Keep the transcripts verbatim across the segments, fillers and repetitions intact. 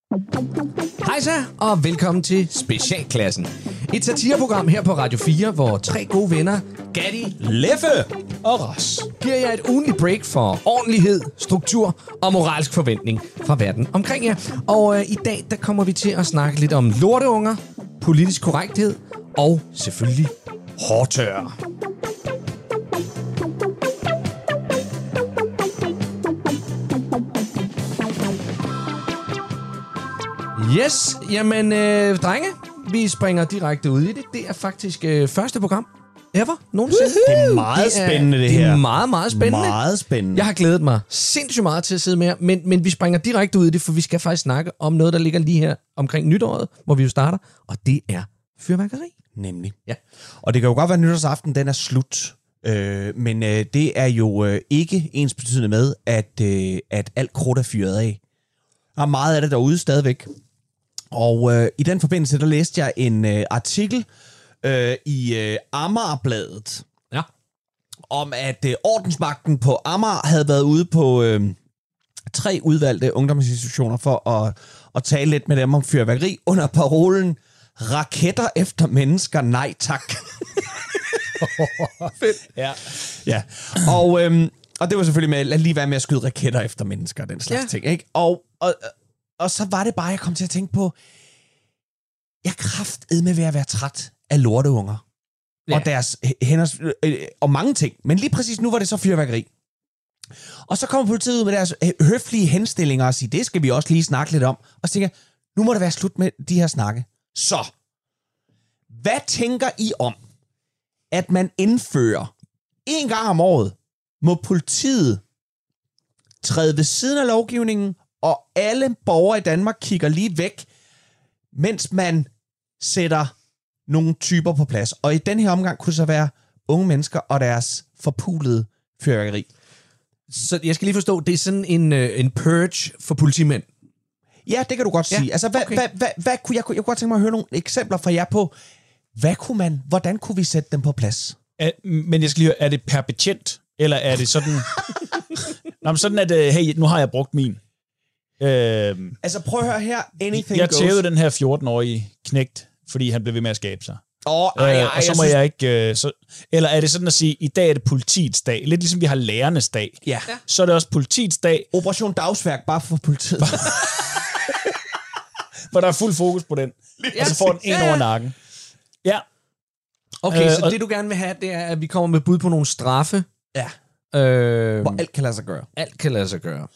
Hej så, og velkommen til Specialklassen. Et satireprogram her på Radio fire, hvor tre gode venner, Gatti, Leffe og Ros, giver jer et ugenligt break for ordentlighed, struktur og moralsk forventning fra verden omkring jer. Og øh, i dag, der kommer vi til at snakke lidt om lorteunger, politisk korrekthed og selvfølgelig hårdtørre. Yes, jamen øh, drenge, vi springer direkte ud i det. Det er faktisk øh, første program ever nogensinde. Det er meget det er, spændende, det, det her. Det er meget, meget spændende. Meget spændende. Jeg har glædet mig sindssygt meget til at sidde med her, men, men vi springer direkte ud i det, for vi skal faktisk snakke om noget, der ligger lige her omkring nytåret, hvor vi jo starter, og det er fyrværkeri. Nemlig. Ja. Og det kan jo godt være, at nytårsaften den er slut, øh, men øh, det er jo øh, ikke ensbetydende med, at, øh, at alt krudt er fyret af. Der er meget af det derude stadigvæk. Og øh, i den forbindelse, der læste jeg en øh, artikel øh, i øh, Amagerbladet, ja. om at øh, ordensmagten på Amager havde været ude på øh, tre udvalgte ungdomsinstitutioner for at, at tale lidt med dem om fyrværkeri under parolen raketter efter mennesker, nej tak. Fedt. Ja. Ja. Og, øhm, og det var selvfølgelig med, lad lige være med at skyde raketter efter mennesker, den slags ja. ting, ikke? Og, og, og så var det bare, jeg kom til at tænke på, jeg kraftedme ved at være træt af lorteunger. Ja. Og deres hænder, øh, og mange ting. Men lige præcis nu var det så fyrværkeri. Og så kommer politiet ud med deres høflige henstillinger og siger, det skal vi også lige snakke lidt om. Og så tænker jeg, nu må det være slut med de her snakke. Så, hvad tænker I om, at man indfører en gang om året, må politiet træde ved siden af lovgivningen, og alle borgere i Danmark kigger lige væk, mens man sætter nogle typer på plads. Og i den her omgang kunne det så være unge mennesker og deres forpulede fyrværkeri. Så jeg skal lige forstå, det er sådan en, øh, en purge for politimænd? Ja, det kan du godt ja, sige. Altså, hvad, okay. hvad, hvad, hvad kunne jeg, jeg kunne godt tænke mig at høre nogle eksempler fra jer på, hvad kunne man, hvordan kunne vi sætte dem på plads? Er, men jeg skal lige høre, er det per betjent, eller er det sådan... Nå, men sådan at, hey, nu har jeg brugt min. Øhm, altså, prøv at høre her, anything jeg goes. Jeg tævede den her fjorten-årige knægt, fordi han blev ved med at skabe sig. Oh, ej, ej, øh, og så må jeg, jeg ikke... Øh, så, eller er det sådan at sige, i dag er det politiets dag, lidt ligesom vi har lærernes dag. Ja. Så er det også politiets dag. Operation Dagsværk, bare for politiet. Hvor der er fuld fokus på den. Ja. Og så får den en ja. over nakken. Ja. Okay, øh, så og det du gerne vil have, det er, at vi kommer med bud på nogle straffe. Ja. Øh, Hvor alt kan lade sig gøre. Alt kan lade sig gøre.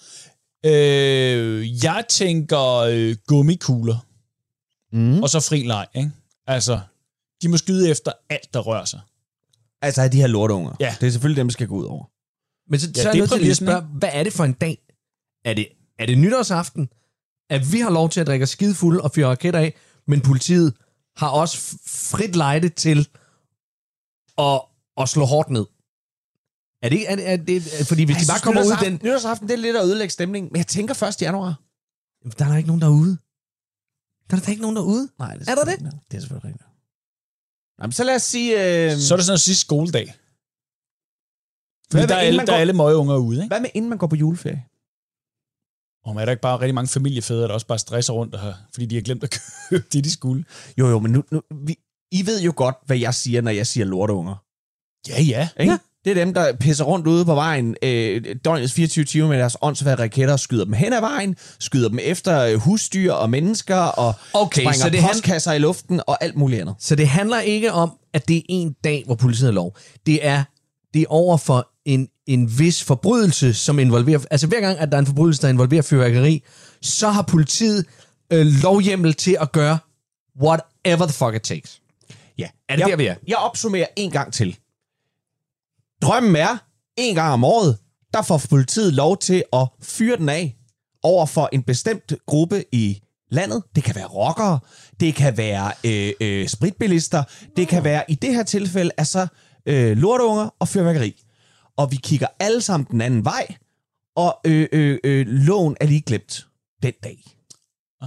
Øh, jeg tænker øh, gummikugler. Mm. Og så fri leg, ikke? Altså, de må skyde efter alt, der rører sig. Altså af de her lorteunger. Ja. Det er selvfølgelig dem, der skal gå ud over. Men så, ja, så er jeg nødt til lige at spørge, hvad er det for en dag? Er det, er det nytårsaften, at vi har lov til at drikke skide fuld og fyre raketter af, men politiet har også frit lejde til at, at slå hårdt ned? Er det, er det, er det fordi hvis jeg de bare kommer ud den... Nytårsaften, det er lidt at ødelægge stemningen, men jeg tænker første januar. Der er der ikke nogen derude. Der er der ikke nogen derude. Nej, det er, er der det? Ikke. Det er selvfølgelig rigtigt. Jamen, så lad os sige... Øh... Så er det sådan en sidste skoledag. Fordi der er, alle, der går... er alle møgeunger ude, ikke? Hvad med inden man går på juleferie? Og er der ikke bare rigtig mange familiefædre, der også bare stresser rundt, her, fordi de har glemt at købe det, de skulle? Jo, jo, men nu, nu vi, I ved jo godt, hvad jeg siger, når jeg siger lorteunger. Ja, ja. Ikke? Ja. Det er dem, der pisser rundt ude på vejen øh, døgnets fireogtyve timer med deres åndssvage raketter, skyder dem hen ad vejen, skyder dem efter husdyr og mennesker, og okay, springer så det postkasser hand... i luften og alt muligt andet. Så det handler ikke om, at det er en dag, hvor politiet er lov. Det er, det er over for en, en vis forbrydelse, som involverer... Altså hver gang, at der er en forbrydelse, der involverer fyrværkeri, så har politiet øh, lovhjemmel til at gøre whatever the fuck it takes. Ja. Er det jeg, der, vi er? Jeg opsummerer en gang til. Drømmen er, en gang om året, der får politiet lov til at fyre den af over for en bestemt gruppe i landet. Det kan være rockere, det kan være øh, øh, spritbilister, det kan være i det her tilfælde altså øh, lorteunger og fyrværkeri. Og vi kigger alle sammen den anden vej, og øh, øh, øh, loven er lige glemt den dag. Ah.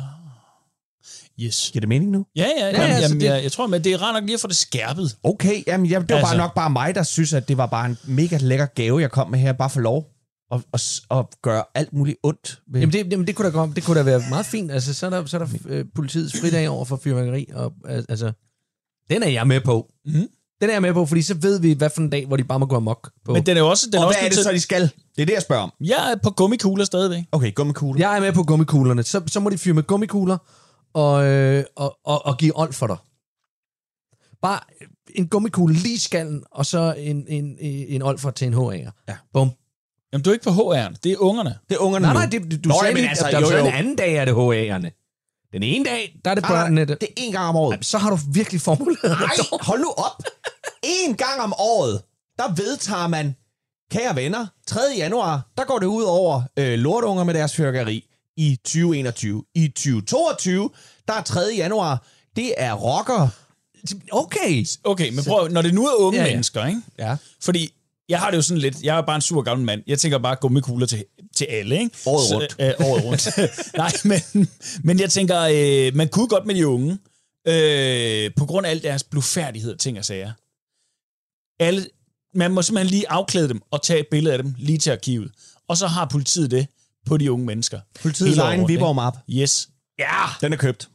Yes. Giver det mening nu? Ja, ja, ja. Jamen, jamen, det... jeg, jeg tror, men det er rart nok lige at få det skærpet. Okay, jamen, jeg, det var altså... bare nok bare mig, der synes, at det var bare en mega lækker gave, jeg kom med her, bare for lov. og, og, og gøre alt muligt ondt. Ved... Jamen, det, jamen det, kunne da godt, det kunne da være meget fint. Altså, så er der, så er der øh, politiets fridag over for fyrværkeri. Og, altså, den er jeg med på. Mm. Den er jeg med på, fordi så ved vi, hvad for en dag, hvor de bare må gå amok på. Men den er også... Den og er også hvad er det så, de skal? Det er det, jeg spørger om. Jeg er på gummikugler stadigvæk. Okay, gummikugler. Jeg er med på gummikuglerne. Så, så må de fyre med gummikugler og, øh, og, og, og give old for dig. Bare en gummikugle lige i skallen, og så en, en, en old for til en H A'er. Ja. Bum. Jamen, du er ikke på H A'erne. Det er ungerne. Det er ungerne nej, nu. nej, det, du Nå, sagde lige, altså, at der jo, så jo. en anden dag er det H A'erne. Den ene dag, der er det børnene. Det er en gang om året. Så har du virkelig formuleret det. Nej, hold nu op. En gang om året, der vedtager man, kære venner, tredje januar, der går det ud over øh, lortunger med deres fyrværkeri i tyve enogtyve. I tyve toogtyve, der er tredje januar, det er rocker. Okay. Okay, men prøv, når det nu er unge ja, ja, ja. mennesker, ikke? Ja. Fordi jeg har det jo sådan lidt, jeg er bare en sur gammel mand. Jeg tænker bare gummikugler til, til alle, ikke? Året rundt. Så, øh, året rundt. Nej, men, men jeg tænker, øh, man kunne godt med de unge, øh, på grund af al deres blufærdighed, ting og sager. Alle, man må simpelthen lige afklæde dem og tage et billede af dem lige til arkivet. Og så har politiet det på de unge mennesker. Politiets egen Viborg-map. Yes. Ja, den er købt.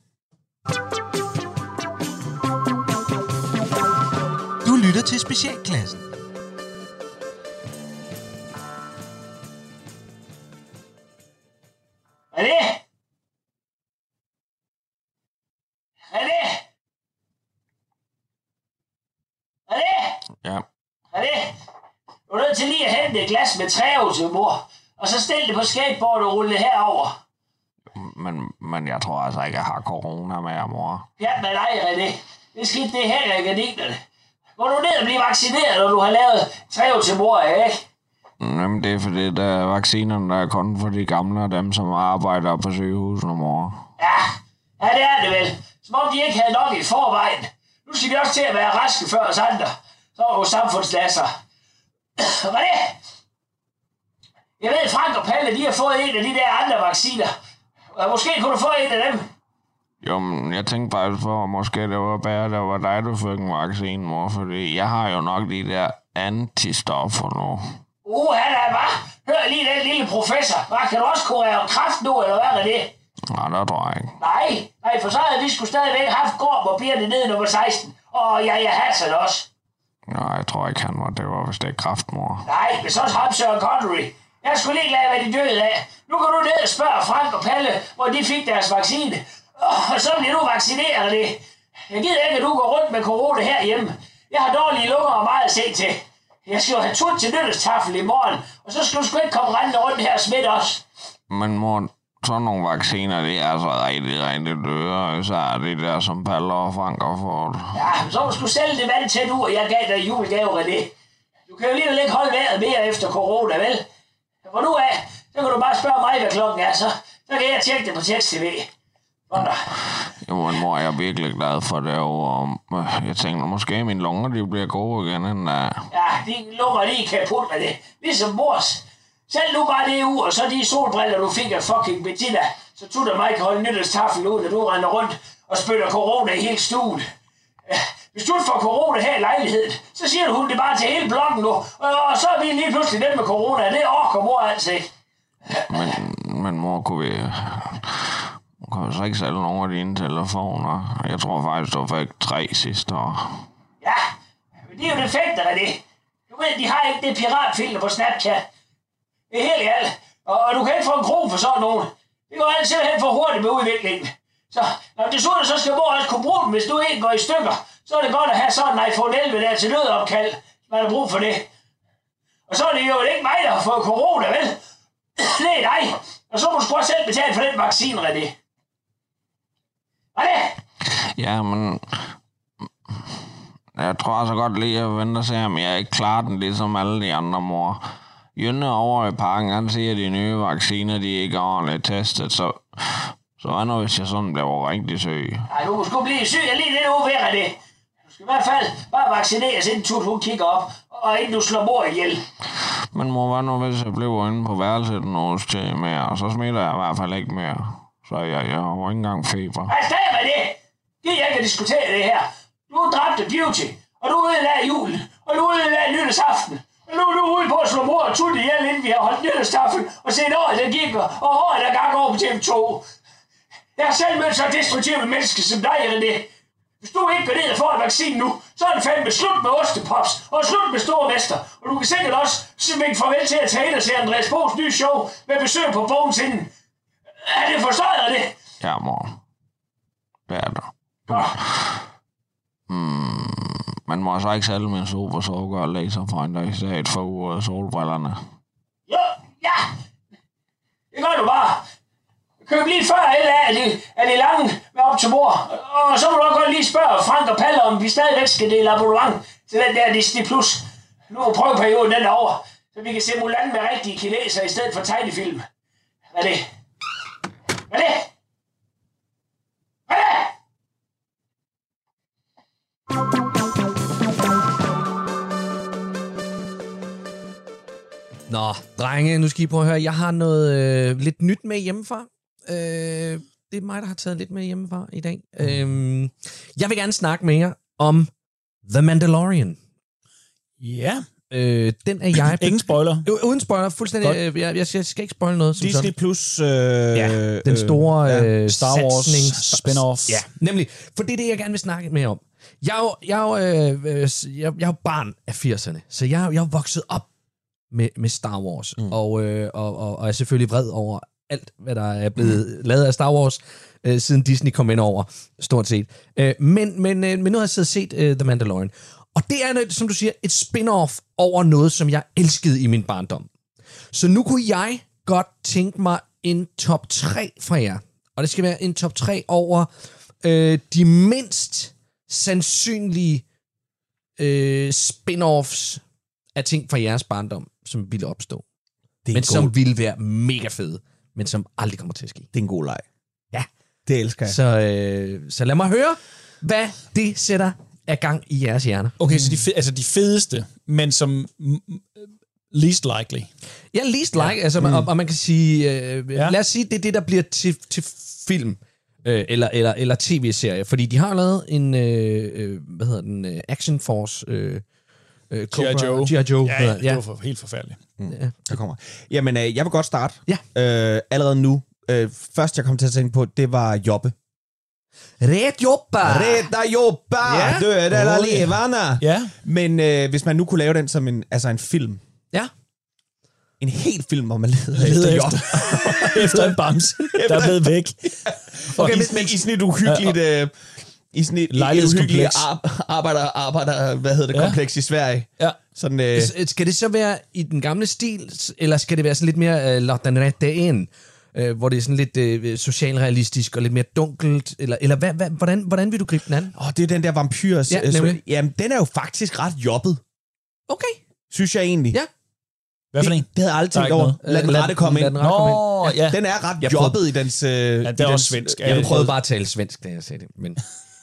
Du lytter til Specialklassen. René? René? René? Ja. René? Du er nødt til lige at hente et glas med træve til mor, og så stil det på skateboard og rulle det herover. Men, men jeg tror altså ikke, jeg har corona med jer, mor. Ja, med dig, René. Det skidt, det her i gardinerne. Gå nu ned og blive vaccineret, når du har lavet træve til mor, ikke? Jamen, det er fordi, der er vaccinerne, der er kun for de gamle og dem, som arbejder på sygehusene, mor. Ja, ja, det er det vel. Som om de ikke havde nok i forvejen. Nu skal de også til at være raske før os andre. Så er du samfundslasser. René? Jeg ved, Frank og Palle, de har fået en af de der andre vacciner. Og måske kunne du få en af dem. Jo, men jeg tænkte faktisk på, at måske det var bedre, at det var dig, du fik en vaccine, mor. Fordi jeg har jo nok de der antistoffer nu. Uh, han er bare. Hør lige den lille professor. Hvad, kan du også kurere kræft nu, eller hvad er det? Nej, det tror jeg ikke. Nej, nej, for så havde vi sgu stadigvæk haft Gorm og Birte nede nummer seksten. Og ja, jeg hasser det også. Nej, jeg tror ikke, han var. Det var vist ikke kræft, mor. Nej, men så ham Søren Connery. Jeg skulle lige glad, hvad de døde af. Nu kan du ned og spørge Frank og Palle, hvor de fik deres vaccine. Og så bliver du vaccineret det. Jeg gider ikke, at du går rundt med corona herhjemme. Jeg har dårlige lunger og meget at se til. Jeg skal jo have tut til nytårstafel i morgen, og så skal du sgu ikke komme rendende rundt her og smitte os. Men mor, sådan nogle vacciner, det er altså rigtig, rigtig dyre. Så er det der, som Palle og Frank har fået. Ja, så må du sgu sælge det vand til nu, og jeg gav dig julegave, René. Du kan jo alligevel ikke holde vejret mere efter corona, vel? For nu af, så kan du bare spørge mig, hvad klokken er, så, så kan jeg tjekke det på tekst-tv. Jo, men mor, jeg er virkelig glad for det, og jeg tænker, måske mine lunger, de bliver gode igen. End, uh... Ja, de lunger lige kaput med det. Ligesom mors. Selv nu bare det ur, og så de solbriller, du fik af fucking Bettina, så tutter mig kan holde nytårstafel ud, når du render rundt og spytter corona i hele stuen. Hvis du får corona her i lejligheden, så siger du hun det bare til hele blokken nu, og så er vi lige pludselig dem med corona. Det orker mor altså ikke. Men, men mor, kunne vi... Kan vi så ikke sælge nogle af dine telefoner? Jeg tror faktisk, du fik tre sidste år. Ja, men det er jo defekter af det. Du ved, de har ikke det piratfilter på Snapchat. Det er helt alt. Og, og du kan ikke få en krone for sådan nogen. Det går alt simpelthen for hurtigt med udviklingen. Så når det så, så skal mor også kunne bruge dem, hvis du ikke går i stykker. Så er det godt at have sådan en iPhone elleve der til nødopkald, man har brug for det. Og så er det jo ikke mig, der har fået corona, vel? Det er dig. Og så må du sgu også selv betale for den vaccine, René. René? Ja, men... Jeg tror altså godt lige, at jeg venter og ser, om jeg ikke klarer den ligesom alle de andre, mor. Jynne over i parken, han siger, at de nye vacciner, de ikke er ordentligt testet, så... Så hvad nu, hvis jeg sådan bliver rigtig syg? Nej, du må sgu blive syg. Jeg lige lidt uvære af det. Du skal i hvert fald bare vaccineres, inden Tut hun kigger op, og inden du slår mor ihjel. Men mor, hvad nu, hvis jeg bliver inde på værelset en uges til mere, og så smitter jeg i hvert fald ikke mere. Så jeg, jeg har jo ikke engang feber. Hvad stadig med det? Det er jeg ikke at diskutere det her. Du dræbte Beauty, og du ødelagde julen, og du ødelagde nytårsaften. Og Og nu er du ude på at slå mor og tutte ihjel, inden vi har holdt nytårstaffel og set året, der gik, og året, der gang over på T V to. Jeg har selv mødt så destruktive mennesker som dig, René. Hvis du ikke går ned og får en vaccine nu, så er det fandme slut med ostepops og slut med stormester. Og du kan sikkert også sige farvel til at tage ind og se Andreas Bo's nye show med besøg på Bogens inden. Er det forstået, det? Ja, mor. Det er der. Mm, man må altså ikke sælge min sofa, så gør laserfinder i stedet for uret af solbrillerne. Jo, ja. Det gør du bare. Køb lige før eller af de, af de lange med op til bord. Og så må du godt lige spørge Frank og Palle, om vi stadigvæk skal dele abonnement til den der Disney Plus. Nu er prøveperioden den er over, så vi kan se Mulan med rigtige kineser i stedet for tegnefilm. Hvad er det? Hvad er det? Hvad er det? Nå, drenge, nu skal I prøve at høre. Jeg har noget øh, lidt nyt med hjemmefra. Øh, det er mig, der har taget lidt med hjemmefra i dag. Øh, jeg vil gerne snakke med jer om The Mandalorian. Ja. Øh, den er jeg... Ingen spoiler. Øh, uden spoiler, fuldstændig. Øh, jeg, jeg, jeg skal ikke spoile noget. Som Disney sådan. Plus... Øh, Ja, den store øh, øh, Star Wars satsning- spin-off. Ja, nemlig. For det er det, jeg gerne vil snakke med om. Jeg er jo, jeg er jo, øh, øh, jeg, jeg er jo barn af firserne, så jeg, jeg er jo vokset op med, med Star Wars, mm. og, øh, og, og, og er selvfølgelig vred over alt, hvad der er blevet mm. lavet af Star Wars, øh, siden Disney kom ind over, stort set. Øh, men, men, øh, men nu har jeg siddet og set øh, The Mandalorian, og det er, som du siger, et spin-off over noget, som jeg elskede i min barndom. Så nu kunne jeg godt tænke mig en top tre fra jer, og det skal være en top tre over øh, de mindst sandsynlige øh, spin-offs af ting fra jeres barndom, som ville opstå. Men god. som ville være mega fede, men som aldrig kommer til at ske. Det er en god leg. Ja. Det elsker jeg. Så, øh, så lad mig høre, hvad det sætter af gang i jeres hjerner. Okay, så de, fe- altså de fedeste, men som least likely. Ja, least like, ja. altså, mm. og, og man kan sige, øh, Ja. lad os sige, det er det, der bliver til, til film, øh, eller, eller, eller tv-serie, fordi de har lavet en, øh, øh, hvad hedder den, øh, Action Force, øh, øh, G I. Joe. G I. Joe. Ja, hedder- ja, det var for, helt forfærdeligt. Mm. Der kommer. Jamen, øh, jeg vil godt starte. Ja. Øh, allerede nu. Øh, først, jeg kom til at tænke på, det var Jobbe. Red Jobba! Reda Jobba! Ja. Døde eller Oh, ja. levende! Ja. Men øh, hvis man nu kunne lave den som en, altså en film. Ja. En hel film, hvor man leder, Leder efter efter, Jobbe. efter en bams, der er blevet væk. Okay, men, men i sådan et uhyggeligt... Øh, I sådan et, et uhyggeligt Lejlighedskompleks. ar- arbejder, arbejder, hvad hedder det, Ja. kompleks i Sverige. Ja. Sådan, øh, S- Skal det så være i den gamle stil, eller skal det være sådan lidt mere uh, Lad den rette ind, uh, hvor det er sådan lidt uh, socialrealistisk og lidt mere dunkelt, eller, eller hvad, hvad, hvordan, hvordan vil du gribe den an? åh, det er den der vampyr. Ja, så- nemlig. Jamen, den er jo faktisk ret jobbet, Okay. synes jeg egentlig. Ja. Hvad for en? Det, det havde jeg aldrig Der er tænkt ikke over. noget. Lad den Lad- rette komme lad ind. den rette komme Nå, ja. Den er ret Jeg prøvede- jobbet i dens... Øh, ja, det er også svensk. Jeg Ja, prøvede bare at tale svensk, da jeg sagde det, men...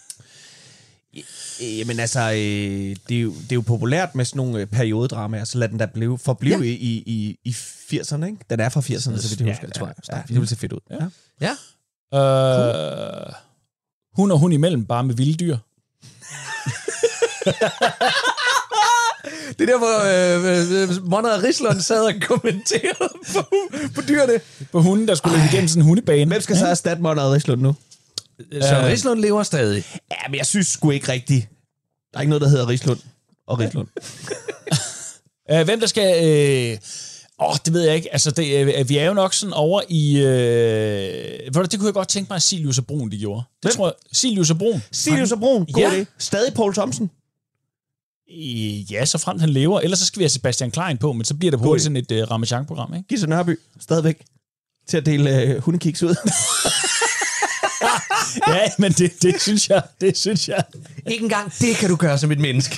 Jamen altså, øh, det, er jo, det er jo populært med sådan nogle øh, periodedramaer, så lad den da blive, forblive Ja. i, i, i, i firserne, ikke? Den er fra firserne, så vidt jeg Ja, husker. det tror jeg. Ja, det vil se fedt ud. Ja. Ja. Øh, hun og hun imellem, bare med vilde dyr. Det der, hvor øh, øh, Monna og Rislund sad og kommenterede på, på dyrene. På hunden, der skulle løbe igennem sådan en hundebane. Hvem skal så erstatte Monner og Rislund nu? Så øh. Rislund lever stadig. Ja, men jeg synes sgu ikke rigtigt. Der er ikke noget, der hedder Rislund og Rislund. Øh, hvem der skal... Øh, åh, det ved jeg ikke. Altså, det, øh, vi er jo nok sådan over i... Øh, hvor det kunne jeg godt tænke mig, at Silius og Brun, de gjorde. Det Hvem? tror jeg. Silius og Brun. Silius og Brun, god Ja. idé. Stadig Poul Thomsen. Øh, Ja, så frem han lever. Ellers så skal vi have Sebastian Klein på, men så bliver det hurtigt sådan et uh, Ramachan-program, ikke? Gisse Nørby, stadigvæk. Til at dele øh, hundekiks ud. Ja, men det, det synes jeg, det synes jeg. Ikke engang det kan du gøre som et menneske.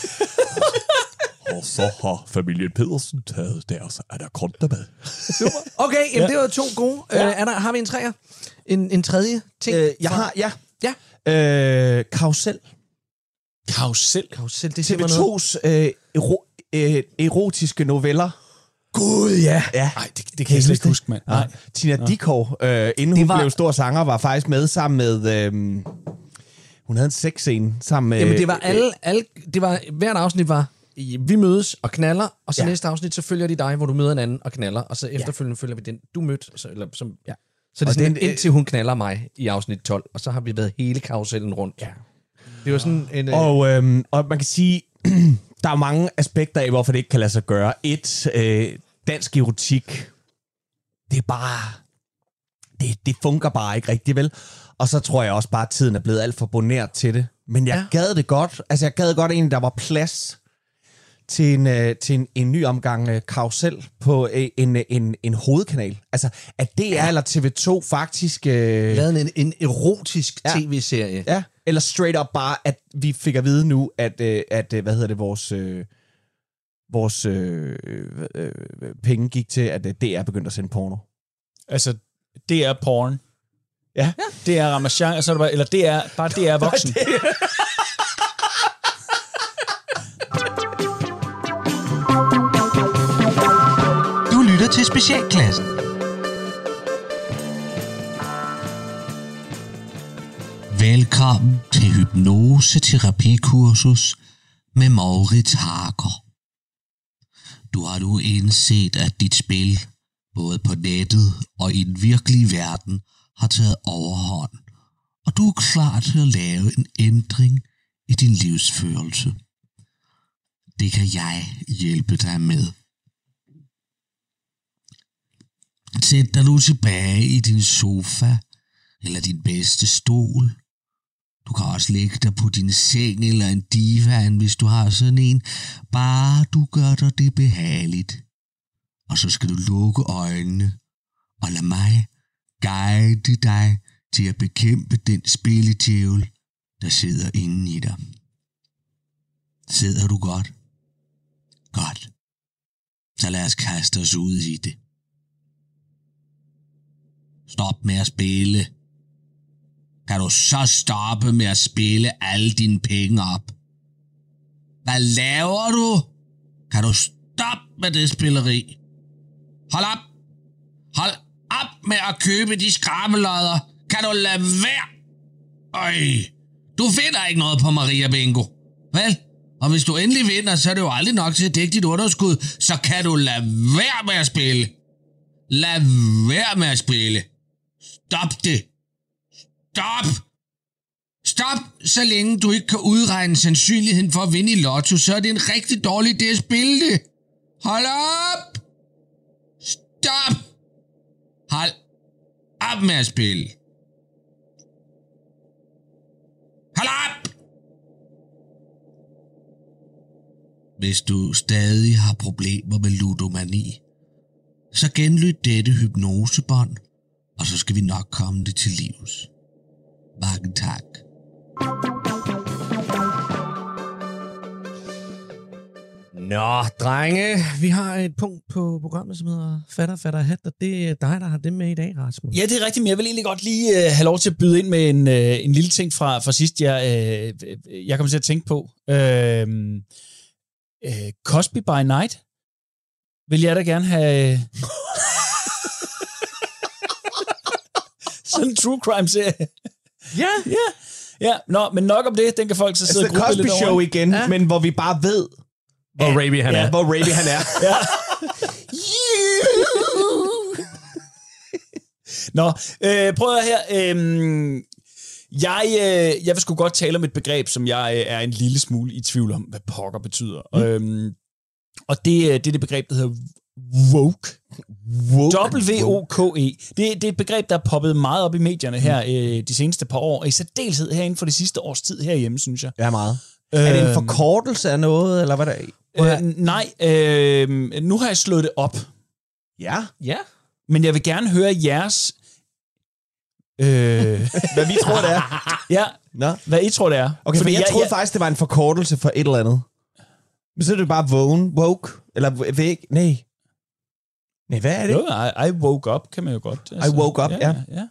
Og så har familien Pedersen taget deres anaconda med. Super. Okay, jamen, ja. Det var to gode. Ja. Øh, er der, har vi en træer? En, en tredje ting? Øh, jeg har, ja. Ja. Øh, Karusel. Karusel. Karusel, det T V to's øh, ero, øh, erotiske noveller. Gud, ja. Ja. Nej, det, det kan jeg slet ikke huske, mand. Nej. Tina Dickow, øh, inden hun var- blev stor sanger, var faktisk med sammen med... Øh, hun havde en sexscene sammen med... Jamen, det var alle, alle, det var, hvert afsnit var vi mødes og knaller, og så Ja. næste afsnit, så følger de dig, hvor du møder en anden og knaller, og så efterfølgende følger vi den, du mødte. Så, eller, som, Ja. så det er Og sådan, den, den, indtil hun knaller mig i afsnit tolv, og så har vi været hele karusellen rundt. Ja. Det var sådan en... Og, øhm, og man kan sige, der er mange aspekter af, hvorfor det ikke kan lade sig gøre. Et, øh, dansk erotik, det er bare... Det, det fungerer bare ikke rigtig, vel? Og så tror jeg også bare, at tiden er blevet alt for bonært til det. Men jeg ja. gad det godt. Altså, jeg gad godt egentlig, der var plads til en, øh, til en, en ny omgang øh, karusel på øh, en, øh, en, en hovedkanal. Altså, at D R ja. eller T V to faktisk... Øh, lavet en, en erotisk Ja. tv-serie. Ja, eller straight up bare, at vi fik at vide nu, at, øh, at øh, hvad hedder det, vores, øh, vores øh, øh, penge gik til, at øh, D R begyndte at sende porno. Altså, det er porn. Ja. Det er Ramachan, og så er det bare, eller det er bare det er voksen. Du lytter til Specialklassen. Velkommen til hypnoseterapikursus med Moritz Harker. Du har nu indset, at dit spil, både på nettet og i den virkelige verden, har taget overhånd, og du er klar til at lave en ændring i din livsførelse. Det kan jeg hjælpe dig med. Sæt dig nu tilbage i din sofa eller din bedste stol. Du kan også lægge dig på din seng eller en divan, hvis du har sådan en. Bare du gør dig det behageligt. Og så skal du lukke øjnene og lad mig guide dig til at bekæmpe den spilledjævel, der sidder inde i dig. Sidder du godt? Godt. Så lad os kaste os ud i det. Stop med at spille. Kan du så stoppe med at spille alle dine penge op? Hvad laver du? Kan du stoppe med det spilleri? Hold op! Hold op med at købe de skrammelodder. Kan du lade være? Øj, du finder ikke noget på Maria Bingo. Vel? Og hvis du endelig vinder, så er det jo aldrig nok til at dække dit underskud. Så kan du lade være med at spille. Lad være med at spille. Stop det. Stop! Stop, så længe du ikke kan udregne sandsynligheden for at vinde i lotto, så er det en rigtig dårlig idé at spille det. Hold op! Stop! Hold op med at spille. Hold op! Hvis du stadig har problemer med ludomani, så genlyt dette hypnosebånd, og så skal vi nok komme det til livs. Mange tak. Nå, drenge, vi har et punkt på programmet, som hedder Fatter, Fatter, Hat, og det er dig, der har det med i dag, Rasmus. Ja, det er rigtigt, men jeg vil egentlig godt lige uh, have lov til at byde ind med en, uh, en lille ting fra, fra sidst, jeg, uh, jeg kom til at tænke på. Uh, uh, Cosby by Night vil jeg da gerne have... Sådan en true crime-serie. Ja. Ja. Ja, nå, men nok om det, den kan folk så sidde altså, og gruble lidt over. Cosby Show igen, ja. Men hvor vi bare ved, Hvor Raby han ja, er. hvor Raby han er. Ja. Nå, øh, prøv at her. Øh, jeg, øh, jeg vil sgu godt tale om et begreb, som jeg øh, er en lille smule i tvivl om, hvad pokker betyder. Mm. Øh, og det, det er det begreb, der hedder woke. W O K E. Det, det er et begreb, der er poppet meget op i medierne her øh, de seneste par år, og i særdeleshed herinde for det sidste års tid herhjemme, synes jeg. Ja, meget. Øh, er det en forkortelse af noget, eller hvad der er? Øh, nej, øh, nu har jeg slået det op. Ja. Ja. Men jeg vil gerne høre jeres... Øh, hvad vi tror, det er. Ja, Nå. hvad I tror, det er. Okay, for jeg, jeg troede jeg, faktisk, det var en forkortelse for et eller andet. Men så er det bare vågen, woke, eller væk, nej. Nej, hvad er det? Jo, I, I woke up, kan man jo godt. Altså. I woke up, ja. ja. ja.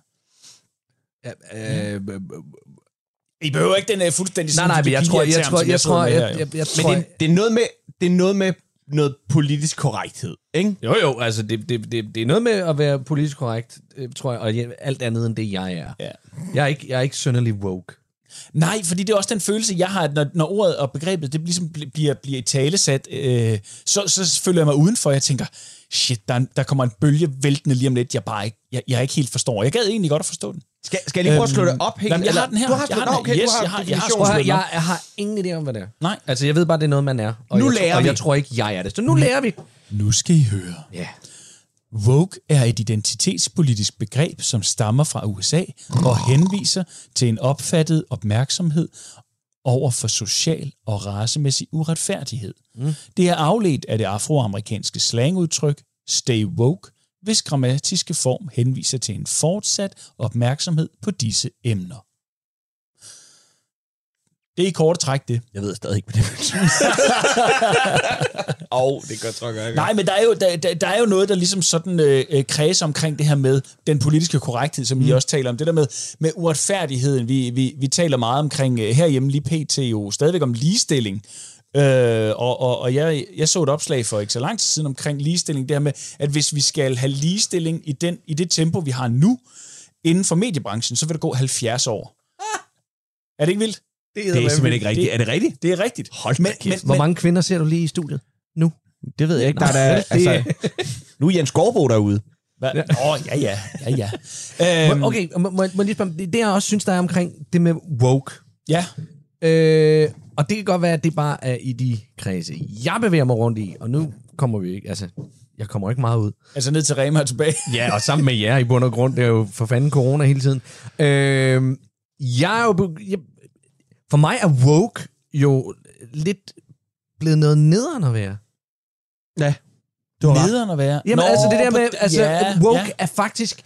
ja øh, I behøver ikke den uh, fuldstændig... Nej, nej, men jeg tror, jeg tror, jeg tror, jeg, jeg, jeg tror... Men det, det er noget med, det er noget med noget politisk korrekthed, ikke? Jo, jo, altså det, det, det, det er noget med at være politisk korrekt, tror jeg, og alt andet end det, jeg er. Ja. Jeg er ikke, jeg er ikke synderlig woke. Nej, fordi det er også den følelse, jeg har, at når, når ordet og begrebet det ligesom bliver, bliver i talesat, øh, så, så føler jeg mig udenfor. Jeg tænker, shit, der, der kommer en bølge væltende lige om lidt, jeg bare ikke, jeg, jeg ikke helt forstår. Jeg gad egentlig godt at forstå den. Skal, skal jeg lige prøve at slå det op? Jamen, jeg har den her. Du har slået den okay, yes, du har, jeg har, jeg, har, Prøv, jeg, jeg, jeg har ingen idé om, hvad det er. Nej. Altså, jeg ved bare, det er noget, man er. Og Nu jeg, lærer og vi. jeg tror ikke, jeg er det. Så nu lærer vi. Nu skal I høre. Ja. Woke er et identitetspolitisk begreb, som stammer fra U S A og henviser til en opfattet opmærksomhed over for social og racemæssig uretfærdighed. Mm. Det er afledt af det afroamerikanske slangudtryk stay woke, hvis grammatiske form henviser til en fortsat opmærksomhed på disse emner. Det er i korte træk, det. Jeg ved stadig ikke, hvad det betyder. Åh, oh, det gør tror jeg. Nej, men der er jo, der, der, der er jo noget, der ligesom sådan øh, kredser omkring det her med den politiske korrekthed, som mm. I også taler om. Det der med, med uretfærdigheden. Vi, vi, vi taler meget omkring øh, herhjemme lige pt. Jo stadigvæk om ligestilling. Øh, og og, og jeg, jeg så et opslag for ikke så lang tid siden omkring ligestilling. Det her med, at hvis vi skal have ligestilling i, den, i det tempo, vi har nu, inden for mediebranchen, så vil det gå halvfjerds år. Ah. Er det ikke vildt? Det er, det er simpelthen ikke rigtigt. Det, er det rigtigt? Det er rigtigt. Hold men, men, Hvor mange kvinder ser du lige i studiet nu? Det ved jeg ikke. Der er der, altså, nu er Jens Gårdbo derude. Åh, oh, ja, ja. ja, ja. Um, okay, må, må, må lige spørge, det jeg også synes, der er omkring det med woke. Ja. Øh, og det kan godt være, at det bare er i de kredse, jeg bevæger mig rundt i, og nu kommer vi ikke, altså, jeg kommer ikke meget ud. Altså ned til Rema og tilbage. Ja, og sammen med jer i bund og grund, det er jo for fanden corona hele tiden. Øh, jeg er jo... Jeg, For mig er woke jo lidt blevet noget nederen at være. Ja. Du har nederen at være? Jamen Nå, altså det der med, altså ja, woke ja. er faktisk,